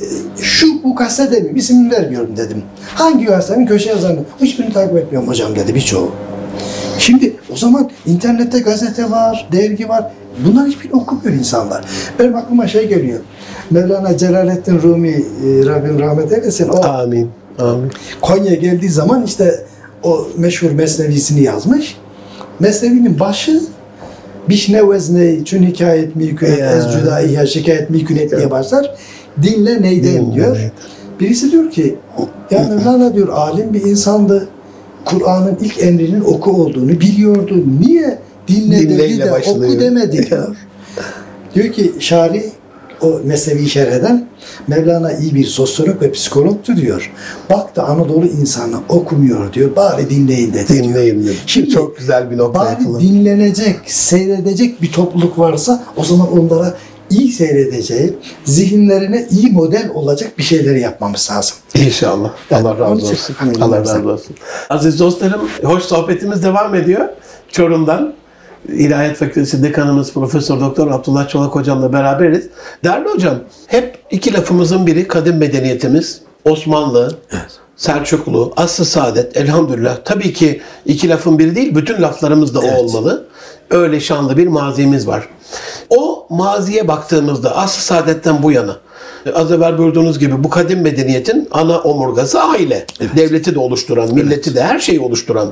bu gazete mi? İsmini vermiyorum dedim. Hangi gazetenin köşe yazarını? Hiçbirini takip etmiyorum hocam dedi birçoğu. Şimdi o zaman internette gazete var, dergi var. Bunlar hiçbirini okumuyor insanlar. Benim aklıma şey geliyor. Mevlana Celaleddin Rumi, Rabbim rahmet eylesin. O Amin. Amin. Konya'ya geldiği zaman işte o meşhur Mesnevisini yazmış. Mesnevinin başı Bişne vezne çün hikayet mülkünet ez cüdaiha şikayet mülkünet diye başlar. Dinle neyden diyor. Birisi diyor ki ya Mevlana diyor alim bir insandı. Kur'an'ın ilk emrinin oku olduğunu biliyordu. Niye dinle dedi de oku demedi diyor. Diyor ki şari o mesnevi şerh eden, Mevlana iyi bir sosyolog ve psikologtu diyor. Baktı Anadolu insanı okumuyor diyor. Bari dinleyin dedi. Dinleyin dedi. Şimdi çok güzel bir nokta bari yapılır. dinlenecek, seyredecek bir topluluk varsa o zaman onlara iyi seyredeceği, zihinlerine iyi model olacak bir şeyleri yapmamız lazım. İnşallah. Yani Allah onun razı için olsun. hani Allah mesela- razı olsun. Aziz dostlarım, hoş sohbetimiz devam ediyor. Çorum'dan İlahiyat Fakültesi Dekanımız Profesör Doktor Abdullah Çolak hocamla beraberiz. Değerli hocam, hep iki lafımızın biri kadim medeniyetimiz, Osmanlı, Selçuklu, Asr-ı Saadet, elhamdülillah. Tabii ki iki lafın biri değil, bütün laflarımız da o olmalı. Öyle şanlı bir mazimiz var. O maziye baktığımızda Asr-ı Saadet'ten bu yana, az evvel buyurduğunuz gibi bu kadim medeniyetin ana omurgası aile. Devleti de oluşturan, milleti de her şeyi oluşturan.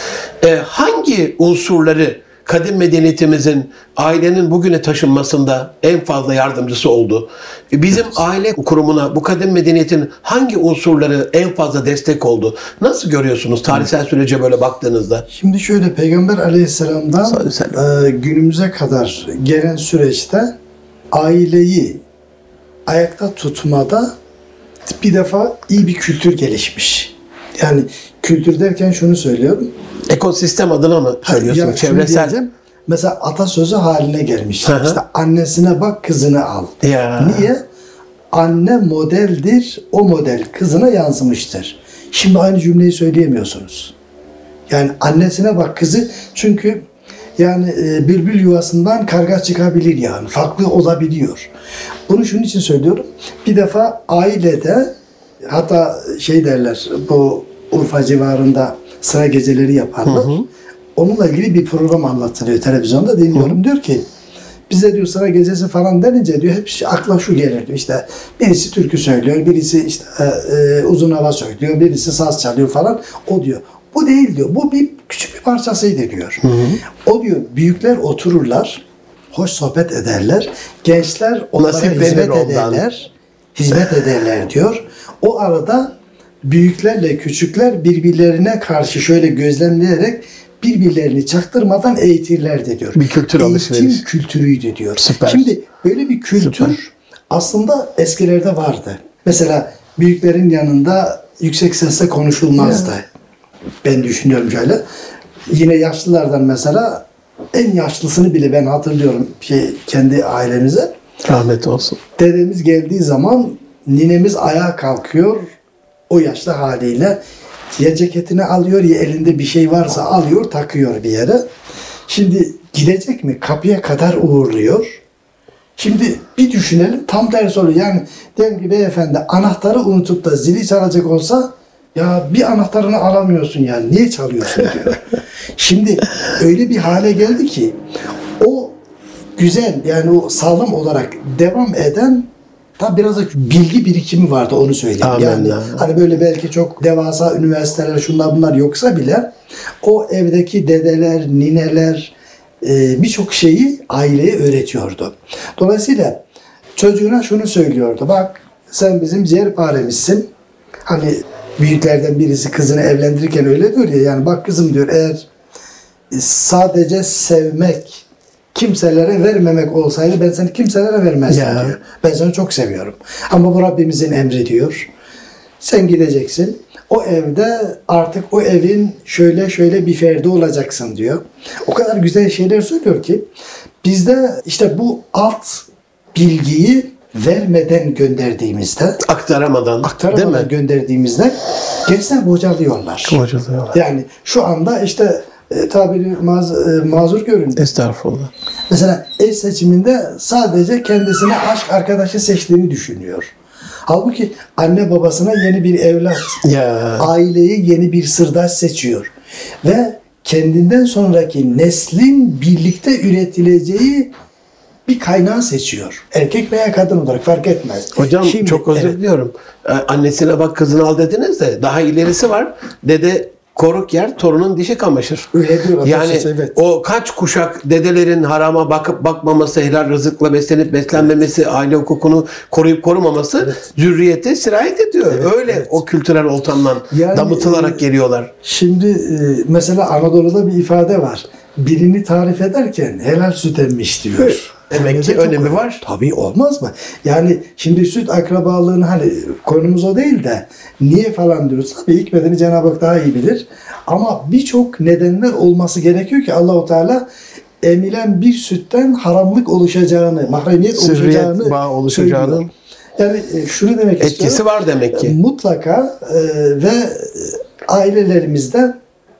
Hangi unsurları kadim medeniyetimizin ailenin bugüne taşınmasında en fazla yardımcısı oldu? Bizim aile kurumuna bu kadim medeniyetin hangi unsurları en fazla destek oldu? Nasıl görüyorsunuz tarihsel sürece böyle baktığınızda? Şimdi şöyle Peygamber Aleyhisselam'dan günümüze kadar gelen süreçte aileyi ayakta tutmada bir defa iyi bir kültür gelişmiş. Yani kültür derken şunu söylüyorum. Ekosistem adına mı söylüyorsun? Ya şunu Çevresel. diyeceğim, mesela atasözü haline gelmiş. Hı hı. İşte annesine bak kızını al. Ya. Niye? Anne modeldir, o model kızına yansımıştır. Şimdi aynı cümleyi söyleyemiyorsunuz. Yani annesine bak kızı, çünkü yani bülbül yuvasından karga çıkabilir yani. Farklı olabiliyor. Bunu şunun için söylüyorum. Bir defa ailede, hatta şey derler, bu Urfa civarında sıra geceleri yaparlar. Onunla ilgili bir program anlatılıyor televizyonda, dinliyorum. Diyor ki bize diyor sıra gecesi falan denince diyor hep akla şu gelir diyor, işte birisi türkü söylüyor, birisi işte uzun hava söylüyor, birisi saz çalıyor falan. O diyor bu değil diyor, bu bir küçük bir parçasıydı diyor. O diyor büyükler otururlar, hoş sohbet ederler, gençler onlara Nasiplenir hizmet ondan. ederler, hizmet ederler diyor. O arada büyüklerle küçükler birbirlerine karşı şöyle gözlemleyerek birbirlerini çaktırmadan eğitirlerdi diyor. Bir kültür alışveriş. Eğitim kültürüydü diyor. Süper. Şimdi böyle bir kültür Süper. aslında eskilerde vardı. Mesela büyüklerin yanında yüksek sesle konuşulmazdı. Ben düşünüyorum şöyle. Yine yaşlılardan mesela en yaşlısını bile ben hatırlıyorum kendi ailemize. Rahmet olsun. Dedemiz geldiği zaman ninemiz ayağa kalkıyor. O yaşlı haliyle ya ceketini alıyor ya elinde bir şey varsa alıyor takıyor bir yere. Şimdi gidecek mi? Kapıya kadar uğurluyor. Şimdi bir düşünelim, tam tersi oluyor. Yani diyelim ki beyefendi anahtarı unutup da zili çalacak olsa ya bir anahtarını alamıyorsun yani. Niye çalıyorsun diyor. Şimdi öyle bir hale geldi ki o güzel, yani o sağlam olarak devam eden tabi biraz da bilgi birikimi vardı, onu söyleyeyim. Amin Yani ya. hani böyle belki çok devasa üniversiteler şunlar bunlar yoksa bile o evdeki dedeler, nineler birçok şeyi aileye öğretiyordu. Dolayısıyla çocuğuna şunu söylüyordu. Bak sen bizim ciğerparemizsin. Hani büyüklerden birisi kızını evlendirirken öyle diyor ya, yani bak kızım diyor, eğer sadece sevmek, kimselere vermemek olsaydı ben seni kimselere vermezdim Ya. diyor. Ben seni çok seviyorum. Ama bu Rabbimizin emri diyor. Sen gideceksin. O evde artık o evin şöyle bir ferdi olacaksın diyor. O kadar güzel şeyler söylüyor ki bizde işte bu alt bilgiyi vermeden gönderdiğimizde, Aktaramadan, değil mi? gönderdiğimizde gençler bocalıyorlar. Hocalıyorlar. Yani şu anda işte tabiri mazur görün. Estağfurullah. Mesela eş seçiminde sadece kendisine aşk arkadaşı seçtiğini düşünüyor. Halbuki anne babasına yeni bir evlat, Ya. aileyi yeni bir sırdaş seçiyor. Ve kendinden sonraki neslin birlikte üretileceği bir kaynağı seçiyor. Erkek veya kadın olarak fark etmez. Hocam Şimdi, çok özür evet. diliyorum. Annesine bak kızını al dediniz de daha ilerisi var. Dede koruk yer, torunun dişi kamaşır. Öyle diyor Yani atasözü, evet. o kaç kuşak dedelerin harama bakıp bakmaması, helal rızıkla beslenip beslenmemesi, aile hukukunu koruyup korumaması zürriyete sirayet ediyor. Öyle o kültürel ortamdan Yani, damıtılarak geliyorlar. Şimdi mesela Anadolu'da bir ifade var. Birini tarif ederken helal süt emmiş diyor. Demek ki Çok önemi var. Tabii, olmaz mı? Yani şimdi süt akrabalığını hani konumuz o değil de niye falan diyoruz. Tabii hikmetini Cenab-ı Hak daha iyi bilir. Ama birçok nedenler olması gerekiyor ki Allahu Teala emilen bir sütten haramlık oluşacağını, mahremiyet oluşacağını Sürriyet bağ oluşacağını. söylüyor. Yani şunu demek Etkisi istiyorum. var demek ki. Mutlaka ve ailelerimizde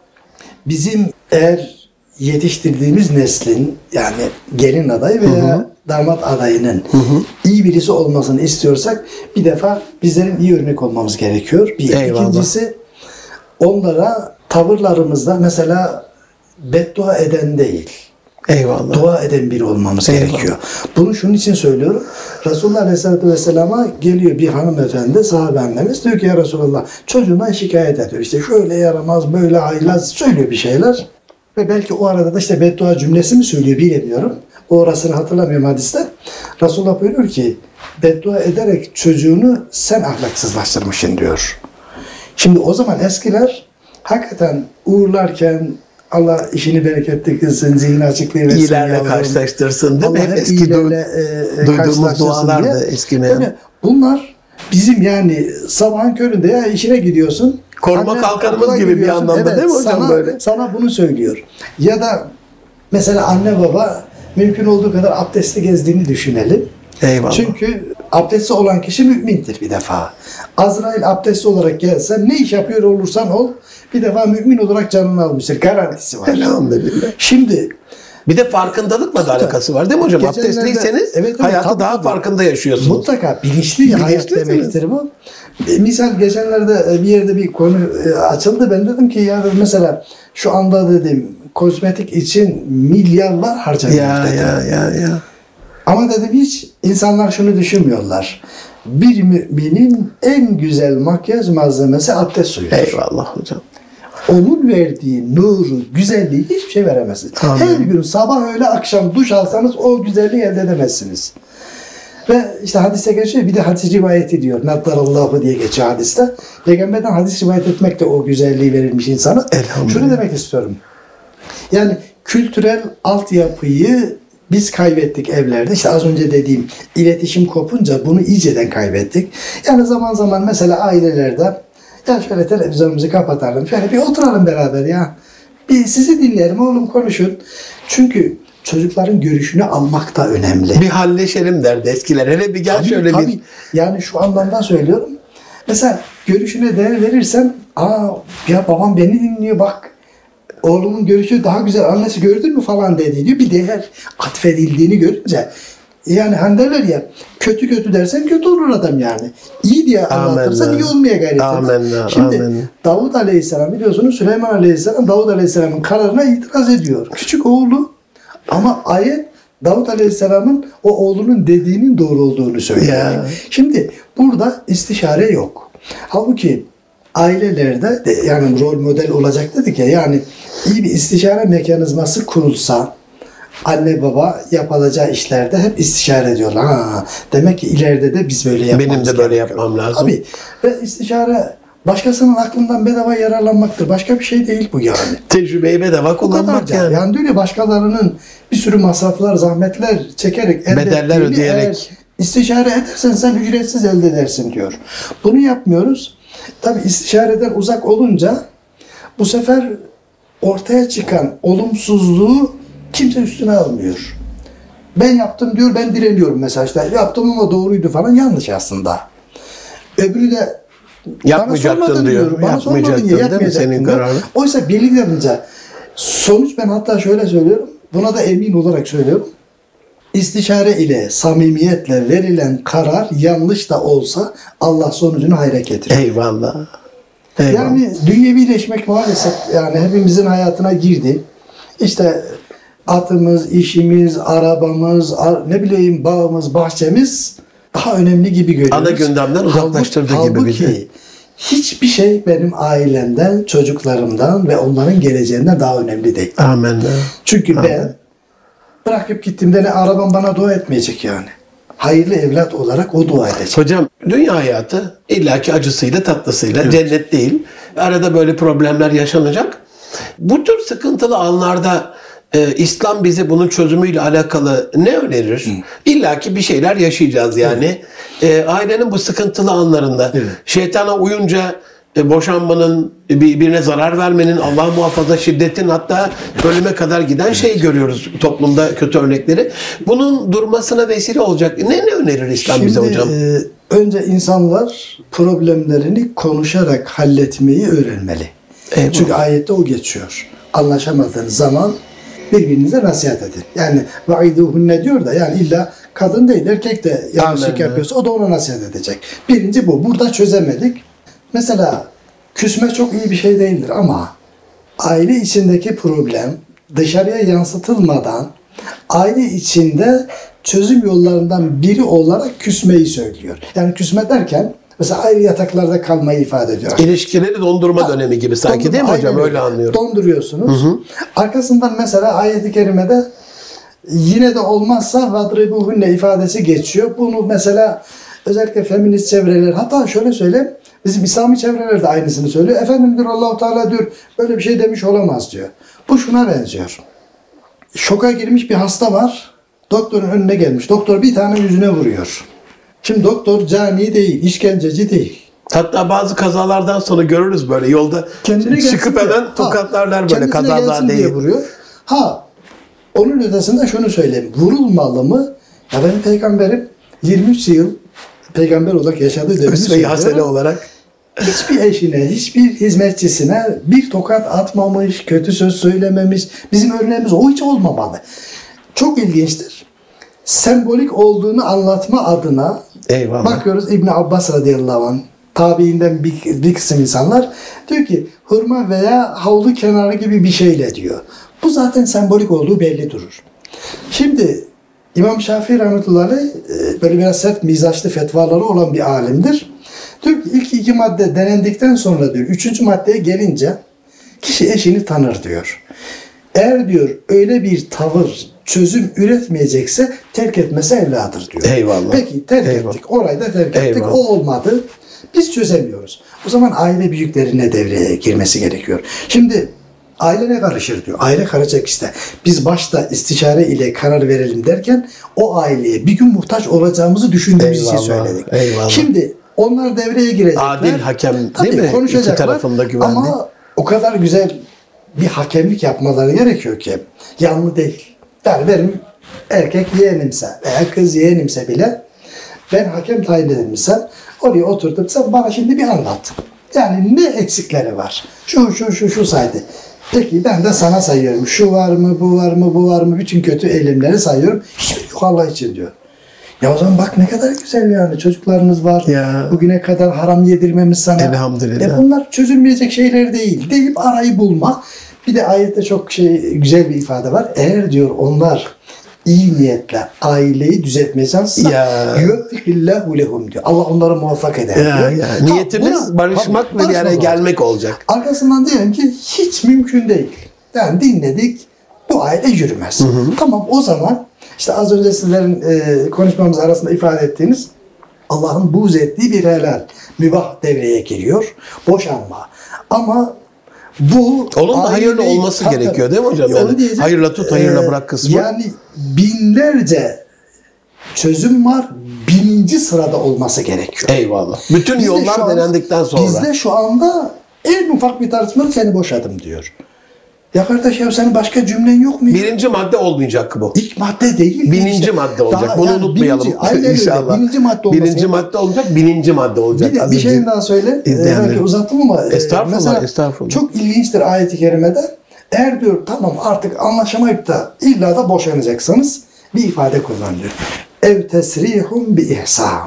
bizim eğer yetiştirdiğimiz neslin, yani gelin adayı veya damat adayının iyi birisi olmasını istiyorsak bir defa bizlerin iyi örnek olmamız gerekiyor. Bir. Eyvallah. İkincisi, onlara tavırlarımızda mesela beddua eden değil, Eyvallah. dua eden biri olmamız Eyvallah. gerekiyor. Bunu şunun için söylüyorum. Resulullah Aleyhisselatü Vesselam'a geliyor bir hanımefendi, sahabe annemiz, diyor ki ya Resulullah, çocuğuna şikayet ediyor. İşte şöyle yaramaz, böyle haylaz söylüyor bir şeyler. Ve belki o arada da işte beddua cümlesi mi söylüyor bilemiyorum. O orasını hatırlamıyorum hadiste. Resulullah buyuruyor ki beddua ederek çocuğunu sen ahlaksızlaştırmışsın diyor. Şimdi o zaman eskiler hakikaten uğurlarken Allah işini bereketli kılsın, zihni açıklığı versin. İyilerle yavrum. karşılaştırsın değil mi? Allah Hep hep eski iyilerle duyduğumuz karşılaştırsın dualardı diye. eskiden. Yani bunlar bizim yani sabahın köründe ya işine gidiyorsun. Koruma Anne, kalkanımız okula gibi bir gidiyorsun. anlamda değil mi hocam böyle? Sana bunu söylüyor. Ya da mesela anne baba mümkün olduğu kadar abdestli gezdiğini düşünelim. Eyvallah. Çünkü abdestli olan kişi mümindir bir defa. Azrail abdestli olarak gelse ne iş yapıyor olursan ol bir defa mümin olarak canını almıştır. Garantisi var. Elhamdülillah. Şimdi Bir de farkındalıkla da alakası var değil mi hocam? Geçenlerde- Abdestliyseniz Evet, hayatı tabii, daha tabii. farkında yaşıyorsunuz. mutlaka bilinçli hayat Bilinçlisiniz. demektir bu. Misal geçenlerde bir yerde bir konu açıldı. Ben dedim ki ya mesela şu anda dedim kozmetik için milyarlar harcanıyor Ya dedim. ya. Ama dedim hiç insanlar şunu düşünmüyorlar. Bir müminin en güzel makyaj malzemesi abdest suyudur. Eyvallah hocam. Onun verdiği nuru, güzelliği hiçbir şey veremezsiniz. Amin. Her gün sabah öğle akşam duş alsanız o güzelliği elde edemezsiniz. Ve işte hadiste geçiyor, bir de hadis rivayet ediyor. Naddarallahu diye geçiyor hadiste. Peygamberden hadis rivayet etmek de o güzelliği verilmiş insana. Elhamdülillah. Şunu demek istiyorum. Yani kültürel altyapıyı biz kaybettik evlerde. İşte az önce dediğim iletişim kopunca bunu iyiceden kaybettik. Yani zaman zaman mesela ailelerde ya şöyle televizyonumuzu kapatalım, şöyle bir oturalım beraber ya. Bir sizi dinleyelim oğlum, konuşun. Çünkü çocukların görüşünü almak da önemli. Bir halleşelim derdi eskiler. Hele bir gel Tabii, şöyle tabii. bir... Yani şu anlamda söylüyorum. Mesela görüşüne değer verirsen, ya babam beni dinliyor bak. Oğlumun görüşü daha güzel, annesi gördün mü falan dedi diyor. Bir değer atfedildiğini görünce yani hani derler ya kötü kötü dersen kötü olur adam yani. İyi diye anlatırsan Amenna. iyi olmaya gayret eder. Amenna, Şimdi amenna. Davud Aleyhisselam biliyorsunuz Süleyman Aleyhisselam Davud Aleyhisselam'ın kararına itiraz ediyor. Küçük oğlu ama ayet Davud Aleyhisselam'ın o oğlunun dediğinin doğru olduğunu söylüyor. Ya. Şimdi burada istişare yok. Halbuki ailelerde de, yani rol model olacak dedik ya, yani iyi bir istişare mekanizması kurulsa anne baba yapılacağı işlerde hep istişare ediyorlar. Demek ki ileride de biz böyle yapmamız Benim de böyle gerekiyor. yapmam lazım. Tabii. Ve istişare başkasının aklından bedava yararlanmaktır. Başka bir şey değil bu yani. Tecrübeyi bedava Bu kullanmak kadar yani. yani diyor ya, başkalarının bir sürü masraflar, zahmetler çekerek elde Bedeller ettiğini ödeyerek. eğer istişare edersen sen ücretsiz elde edersin diyor. Bunu yapmıyoruz. Tabii istişareden uzak olunca bu sefer ortaya çıkan olumsuzluğu kimse üstüne almıyor. Ben yaptım diyor, ben direniyorum mesela, işte yaptım ama doğruydu falan, yanlış aslında. Öbürü de Yapmayacaktın bana sormadın diyor. Bana sormadın ya, Yapmayacaktın değil mi yapmayacaktın senin diyor. kararın? Oysa birlik yapınca sonuç, ben hatta şöyle söylüyorum, buna da emin olarak söylüyorum. İstişare ile samimiyetle verilen karar yanlış da olsa Allah sonucunu hayra getirir. Eyvallah. Eyvallah. Yani dünyevileşmek maalesef yani hepimizin hayatına girdi. İşte atımız, işimiz, arabamız, ne bileyim bağımız, bahçemiz daha önemli gibi görüyoruz. Ana gündemden uzaklaştırdı gibi bizi. Halbuki hiçbir şey benim ailemden, çocuklarımdan ve onların geleceğinden daha önemli değil. Amin. Çünkü ben bırakıp gittiğimde ne arabam bana dua etmeyecek yani. Hayırlı evlat olarak o dua edecek. Hocam dünya hayatı illaki acısıyla tatlısıyla cennet değil. Arada böyle problemler yaşanacak. Bu tür sıkıntılı anlarda İslam bize bunun çözümüyle alakalı ne önerir? İlla ki bir şeyler yaşayacağız yani. Ailenin bu sıkıntılı anlarında şeytana uyunca boşanmanın, birbirine zarar vermenin, Allah muhafaza şiddetin, hatta ölüme kadar giden şey görüyoruz toplumda, kötü örnekleri. Bunun durmasına vesile olacak ne önerir İslam bize hocam? Önce insanlar problemlerini konuşarak halletmeyi öğrenmeli. Eyvallah. Çünkü ayette o geçiyor. Anlaşamadığınız zaman birbirinize nasihat edin. Yani vaiduhunne diyor da, yani illa kadın değil, erkek de yanlışlık yapıyorsa o da ona nasihat edecek. Birinci bu. Burada çözemedik. Mesela küsme çok iyi bir şey değildir ama aile içindeki problem dışarıya yansıtılmadan aile içinde çözüm yollarından biri olarak küsmeyi söylüyor. Yani küsme derken mesela ayrı yataklarda kalmayı ifade ediyor. İlişkileri dondurma dönemi gibi sanki, değil mi hocam? Öyle anlıyorum. Donduruyorsunuz. Arkasından mesela ayet-i kerimede yine de olmazsa vadribuhunne ifadesi geçiyor. Bunu mesela özellikle feminist çevreler, hatta şöyle söyleyeyim, bizim İslami çevreler de aynısını söylüyor. Efendim diyor, Allah-u Teala diyor böyle bir şey demiş olamaz diyor. Bu şuna benziyor. Şoka girmiş bir hasta var. Doktorun önüne gelmiş. Doktor bir tane yüzüne vuruyor. Şimdi doktor cani değil, işkenceci değil. Hatta bazı kazalardan sonra görürüz böyle yolda çıkıp hemen tokatlarlar böyle, kazalar değil. Diye vuruyor. Onun ötesinde şunu söyleyeyim. Vurulmalı mı? Ya benim peygamberim 23 yıl peygamber olarak yaşadığı dönemde hasene olarak hiçbir eşine, hiçbir hizmetçisine bir tokat atmamış, kötü söz söylememiş. Bizim örneğimiz o hiç olmamalı. Çok ilginçtir. Sembolik olduğunu anlatma adına bakıyoruz İbn Abbas radıyallahu anh, tabiinden bir kısım insanlar diyor ki hurma veya havlu kenarı gibi bir şeyle diyor. Bu zaten sembolik olduğu belli durur. Şimdi İmam Şafii rahmetullahi aleyh böyle biraz sert mizaçlı fetvaları olan bir alimdir. Diyor ki ilk iki madde denendikten sonra diyor, üçüncü maddeye gelince kişi eşini tanır diyor. Eğer diyor öyle bir tavır, çözüm üretmeyecekse terk etmesi evladır diyor. Eyvallah. Peki terk ettik. Orayı da terk ettik. O olmadı. Biz çözemiyoruz. O zaman aile büyüklerine devreye girmesi gerekiyor. Şimdi aile ne karışır diyor. Aile karışacak işte. Biz başta istişare ile karar verelim derken o aileye bir gün muhtaç olacağımızı düşündüğümüz için söyledik. Şimdi onlar devreye girecekler. Adil hakem değil mi? Konuşacaklar. İki tarafında güvenli. Ama o kadar güzel bir hakemlik yapmaları gerekiyor ki yanlı değil. Yani benim erkek yeğenimse veya kız yeğenimse bile ben hakem tayin edilmişsem oraya oturtup sen bana şimdi bir anlat. Yani ne eksikleri var? Şu saydı. Peki ben de sana sayıyorum. Şu var mı, bu var mı, bu var mı? Bütün kötü eylemleri sayıyorum. Hiçbir yok Allah için diyor. Ya o zaman bak ne kadar güzel yani. Çocuklarımız var. Ya. Bugüne kadar haram yedirmemiz sana. Elhamdülillah. Bunlar çözülmeyecek şeyler değil. Deyip arayı bulma. Bir de ayette çok güzel bir ifade var. Eğer diyor onlar iyi niyetle aileyi düzeltmeye çalışsa yuvafikillahu lehum diyor. Allah onları muvaffak eder diyor. Niyetimiz barışmak ve bir araya gelmek olacak. Arkasından diyelim ki hiç mümkün değil. Yani dinledik, bu aile yürümez. Tamam, o zaman işte az önce sizlerin konuşmamız arasında ifade ettiğiniz Allah'ın buğz ettiği bir helal, mübah devreye giriyor. Boşanma. Ama bu onun da hayırlı olması gerekiyor değil mi hocam? Yani hayırla tut, hayırla bırak kısmı. Yani binlerce çözüm var. Birinci sırada olması gerekiyor. Eyvallah. Bütün bizde yollar denendikten sonra. Bizde şu anda en ufak bir tartışmada seni boşadım diyor. Ya kardeş ya senin başka cümlen yok mu? Birinci madde olmayacak bu. İlk madde değil. Bininci madde olacak. Bunu unutmayalım. İnşallah. Birinci madde olacak. Birinci madde olacak, bininci madde olacak. Bir şey daha söyle. Belki uzattım ama. Estağfurullah. Çok ilginçtir ayet-i kerimede. Eğer diyor tamam artık anlaşamayıp da illa da boşanacaksanız bir ifade kullanıyor. Ev tesrihum bi ihsan.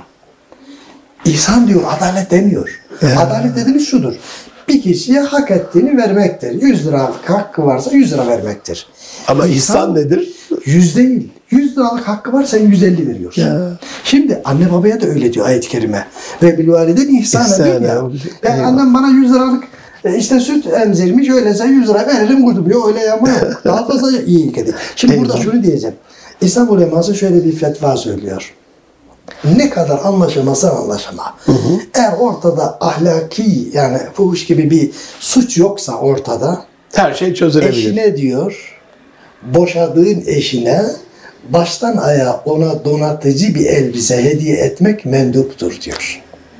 İhsan diyor, adalet demiyor. Adalet dediğimiz şudur. Bir kişiye hak ettiğini vermektir. 100 liralık hakkı varsa 100 lira vermektir. Ama ihsan nedir? 100 değil. 100 liralık hakkı var, sen 150 veriyorsun. Şimdi anne babaya da öyle diyor ayet-i kerime. Ve bil validen ihsan ediyor ya. Yani annem bana 100 liralık işte süt emzirmiş, öyleyse 100 lira veririm kurdum. Yok öyle yapma yok. Daha fazla iyilik edin. Şimdi burada şunu diyeceğim. İslam uleması şöyle bir fetva söylüyor. Ne kadar anlaşamazsan anlaşama. Eğer ortada ahlaki yani fuhuş gibi bir suç yoksa ortada, her şey çözülebilir. Eşine diyor boşadığın eşine baştan ayağa ona donatıcı bir elbise hediye etmek menduptur diyor.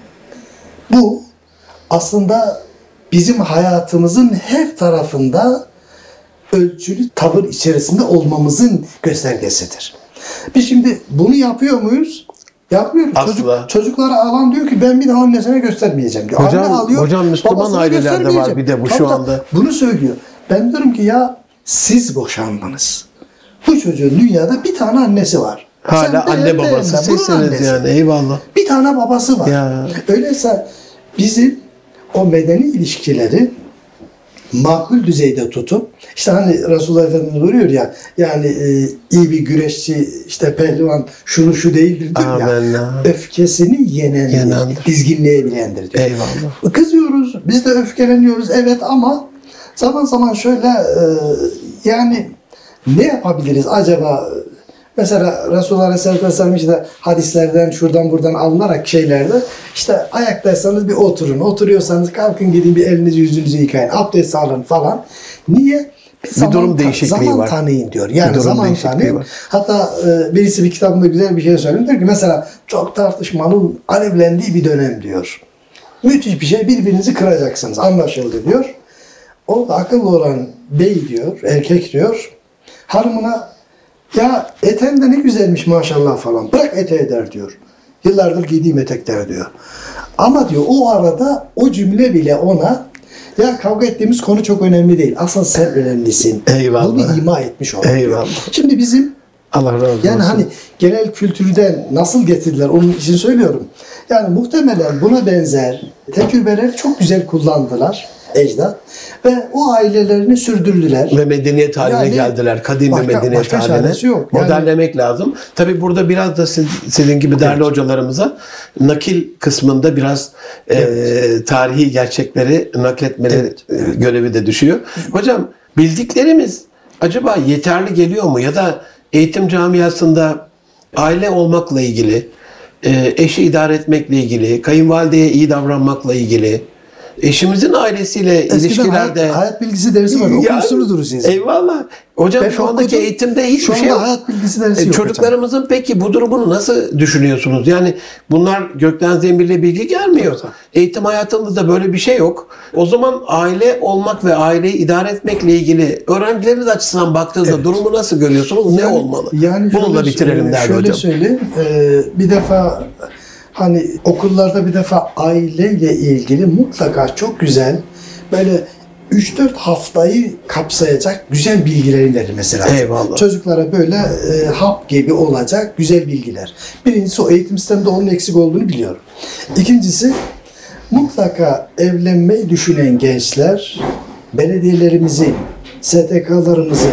Bu aslında bizim hayatımızın her tarafında ölçülü tavır içerisinde olmamızın göstergesidir. Biz şimdi bunu yapıyor muyuz? Yapmıyoruz. Asla. Çocuklara alan diyor ki ben bir daha annesine göstermeyeceğim diyor. Hocam, Anne alıyor, hocam Müslüman babasına ailelerde var göstermeyeceğim. bir de bu Tabii şu tabii. anda. Bunu söylüyor. Ben diyorum ki ya siz boşandınız. Bu çocuğun dünyada bir tane annesi var. Hala Sen anne beğen, babası beğenme. Bunun sizsiniz annesi. yani, eyvallah. Bir tane babası var. Ya. Öyleyse bizim o medeni ilişkileri makul düzeyde tutup işte hani Resulullah Efendimiz buyuruyor ya yani iyi bir güreşçi işte pehlivan şunu şu değildir diyor ya. Amenna. Öfkesini Yenendir. dizginleyebilendir diyor. Eyvallah. Kızıyoruz, biz de öfkeleniyoruz evet ama zaman zaman şöyle yani ne yapabiliriz acaba? Mesela Resulullah Aleyhisselatü Vesselam işte hadislerden şuradan buradan alınarak şeylerde işte ayaktaysanız bir oturun. Oturuyorsanız kalkın gidin bir elinizi yüzünüzü yıkayın. Abdest alın falan. Niye? Durum değişikliği zaman var. tanıyın diyor. Yani Bir durum zaman değişikliği tanıyın. var. Hatta birisi bir kitabında güzel bir şey söylüyor. Diyor ki mesela çok tartışmanın alevlendiği bir dönem diyor. Müthiş bir şey birbirinizi kıracaksınız. Anlaşıldı diyor. O da akıllı olan bey diyor, erkek diyor. Hanımına ya eten de ne güzelmiş maşallah falan. Bırak eteği der diyor. Yıllardır giydiğim etekler diyor. Ama diyor o arada o cümle bile ona ya kavga ettiğimiz konu çok önemli değil. Asıl sen önemlisin. Eyvallah. Bunu ima etmiş oluyor. Eyvallah. Şimdi bizim Allah razı olsun. yani hani genel kültürden nasıl getirdiler onun için söylüyorum. Yani muhtemelen buna benzer tecrübeleri çok güzel kullandılar ecdat ve o ailelerini sürdürdüler. Ve medeniyet haline Yani geldiler. Kadim bir medeniyet başka haline. çaresi yok. Yani- Modernlemek lazım. Tabii burada biraz da sizin gibi değerli hocalarımıza nakil kısmında biraz tarihi gerçekleri nakletmeleri görevi de düşüyor. Hocam bildiklerimiz acaba yeterli geliyor mu? Ya da eğitim camiasında aile olmakla ilgili, eşi idare etmekle ilgili, kayınvalideye iyi davranmakla ilgili, eşimizin ailesiyle Eskiden ilişkilerde... hayat bilgisi dersi var. Okumuşsunuz siz. Eyvallah. Hocam Ben şu andaki okudum. eğitimde hiçbir Şu şey anda yok. hayat bilgisi dersi yok Çocuklarımızın peki bu durumunu nasıl düşünüyorsunuz? Yani bunlar gökten zembille bilgi gelmiyor. Tabii. Eğitim hayatında da böyle bir şey yok. O zaman aile olmak ve aileyi idare etmekle ilgili öğrencileriniz açısından baktığınızda durumu nasıl görüyorsunuz? Ne olmalı? Bununla bitirelim derdi şöyle hocam. söyleyeyim. Bir defa hani okullarda bir defa aileyle ilgili mutlaka çok güzel böyle 3-4 haftayı kapsayacak güzel bilgilerin verilmesi lazım. Eyvallah. Çocuklara böyle hap gibi olacak güzel bilgiler. Birincisi o eğitim sisteminde onun eksik olduğunu biliyorum. İkincisi mutlaka evlenmeyi düşünen gençler belediyelerimizin, STK'larımızın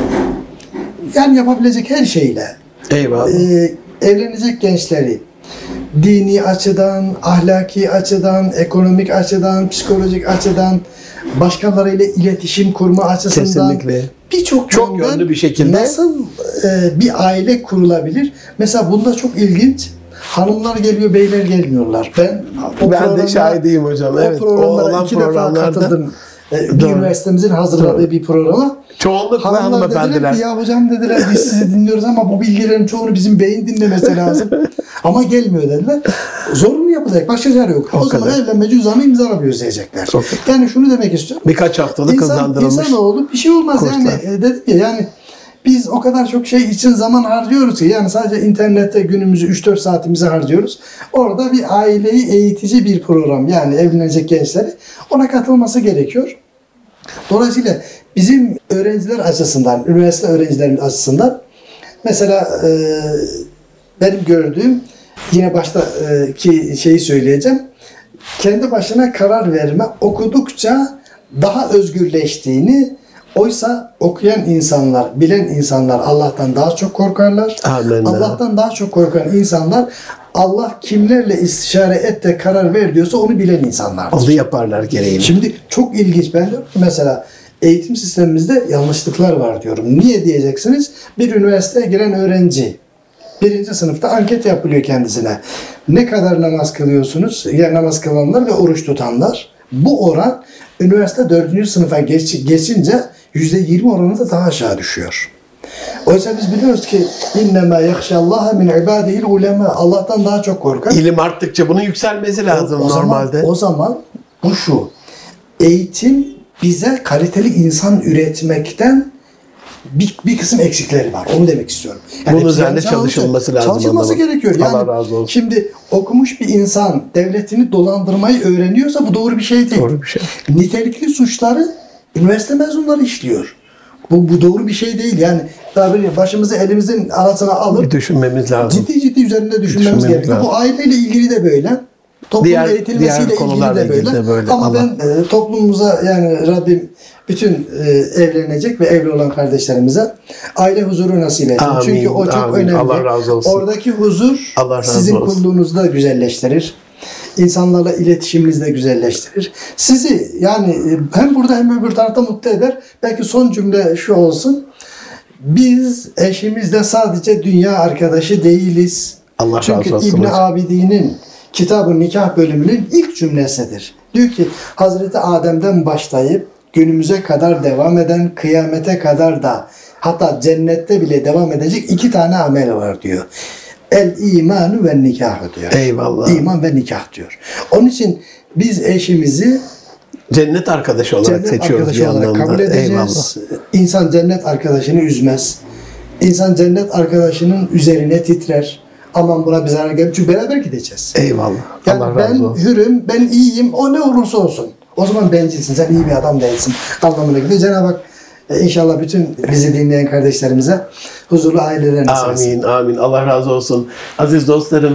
yani yapabilecek her şeyle Eyvallah. evlenecek gençleri dini açıdan, ahlaki açıdan, ekonomik açıdan, psikolojik açıdan, başkalarıyla iletişim kurma açısından Kesinlikle. birçok Çok yönden yönlü bir şekilde nasıl bir aile kurulabilir? Mesela bunda çok ilginç. Hanımlar geliyor, beyler gelmiyorlar. Ben Ben de şahidiyim hocam. O Evet, programlara olan 2 defa programlarda- katıldım. Bir Doğru. üniversitemizin hazırladığı bir programa. Çoğunlukla Hanımlar dediler hanımefendiler. ki ya hocam dediler biz sizi dinliyoruz ama bu bilgilerin çoğunu bizim beyin dinlemesi lazım. Ama gelmiyor dediler. Zorunlu yapılacak. Başka çare yok. O zaman kadar. evlenme cüzdanı imzalamıyoruz diyecekler. Çok Yani şunu demek istiyorum. Birkaç haftalık hızlandırılmış. İnsanoğlu bir şey olmaz kurslar. yani. Dedik ya yani biz o kadar çok şey için zaman harcıyoruz ki yani sadece internette günümüzü 3-4 saatimizi harcıyoruz. Orada bir aileyi eğitici bir program yani evlenecek gençleri ona katılması gerekiyor. Dolayısıyla bizim öğrenciler açısından, üniversite öğrencilerimiz açısından mesela benim gördüğüm yine baştaki şeyi söyleyeceğim. Kendi başına karar verme okudukça daha özgürleştiğini oysa okuyan insanlar, bilen insanlar Allah'tan daha çok korkarlar. Amenna. Allah'tan daha çok korkan insanlar Allah kimlerle istişare et de karar ver diyorsa onu bilen insanlardır. Onu yaparlar gereğini. Şimdi çok ilginç. Ben diyorum ki mesela eğitim sistemimizde yanlışlıklar var diyorum. Niye diyeceksiniz? Bir üniversiteye giren öğrenci 1. sınıfta anket yapılıyor kendisine. Ne kadar namaz kılıyorsunuz? Yani namaz kılanlar ve oruç tutanlar. Bu oran üniversite 4. sınıfa geçince %20 oranında daha aşağı düşüyor. Oysa biz biliyoruz ki innema yahşallaha min ibadihi'l ulema. Allah'tan daha çok korkar. İlim arttıkça bunun yükselmesi lazım normalde. O zaman bu şu. Eğitim bize kaliteli insan üretmekten bir kısım eksikleri var. Onu demek istiyorum. Bunun üzerinde çalışılması lazım. Çalışılması gerekiyor. Yani Allah razı olsun. şimdi okumuş bir insan devletini dolandırmayı öğreniyorsa bu doğru bir şey değil. Doğru bir şey. Nitelikli suçları üniversite mezunları işliyor. Bu doğru bir şey değil. Yani daha böyle başımızı elimizin arasına alıp Bir düşünmemiz lazım. ciddi üzerinde düşünmemiz gerekiyor. lazım. Bu aileyle ilgili de böyle. Toplumun eğitilmesiyle ilgili konularla de böyle. Ama Allah. ben toplumumuza yani Rabbim bütün evlenecek ve evli olan kardeşlerimize aile huzuru nasip etsin. Amin, Çünkü o çok amin. önemli. Allah razı olsun. Oradaki huzur Allah razı sizin olsun. kulluğunuzu da güzelleştirir. İnsanlarla iletişiminizi de güzelleştirir. Sizi yani hem burada hem öbür tarafta mutlu eder. Belki son cümle şu olsun. Biz eşimizle sadece dünya arkadaşı değiliz. Allah Çünkü razı olsun İbn hocam. Abidin'in Kitab-ı Nikah bölümünün ilk cümlesidir. Diyor ki Hazreti Adem'den başlayıp günümüze kadar devam eden, kıyamete kadar da hatta cennette bile devam edecek 2 tane amel var diyor. El imanu ve nikah diyor. Eyvallah. İman ve nikah diyor. Onun için biz eşimizi Cennet arkadaşı olarak cennet seçiyoruz bir arkadaşı olarak anlamda. kabul edeceğiz. Eyvallah. İnsan cennet arkadaşını üzmez. İnsan cennet arkadaşının üzerine titrer. Aman buna bir zarar gelir. Çünkü beraber gideceğiz. Eyvallah. Yani Allah ben razı olsun. hürüm, ben iyiyim, o ne olursa olsun. O zaman bencilsin, sen iyi bir adam değilsin anlamına geliyor. Cenab-ı Hak inşallah bütün bizi dinleyen kardeşlerimize huzurlu aileler nasip etsin. Amin, amin. Allah razı olsun. Aziz dostlarım,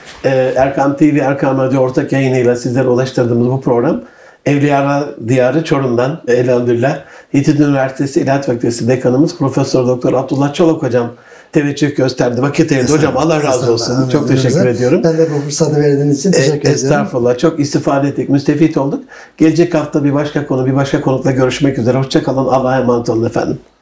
Erkam TV, Erkam Radyo ortak yayınıyla sizlere ulaştırdığımız bu program Evliya Diyarı Çorum'dan elhamdülillah Yiğit Üniversitesi İlahiyat Fakültesi Dekanımız Profesör Doktor Abdullah Çolak Hocam teveccüh gösterdi. Vakit ayırdı. Hocam Allah razı olsun. Çok teşekkür ediyorum. Ben de bu fırsatı verdiğiniz için teşekkür ediyorum. Estağfurullah. Çok istifade ettik, müstefit olduk. Gelecek hafta bir başka konu, bir başka konukla görüşmek üzere. Hoşça kalın. Allah'a emanet olun efendim.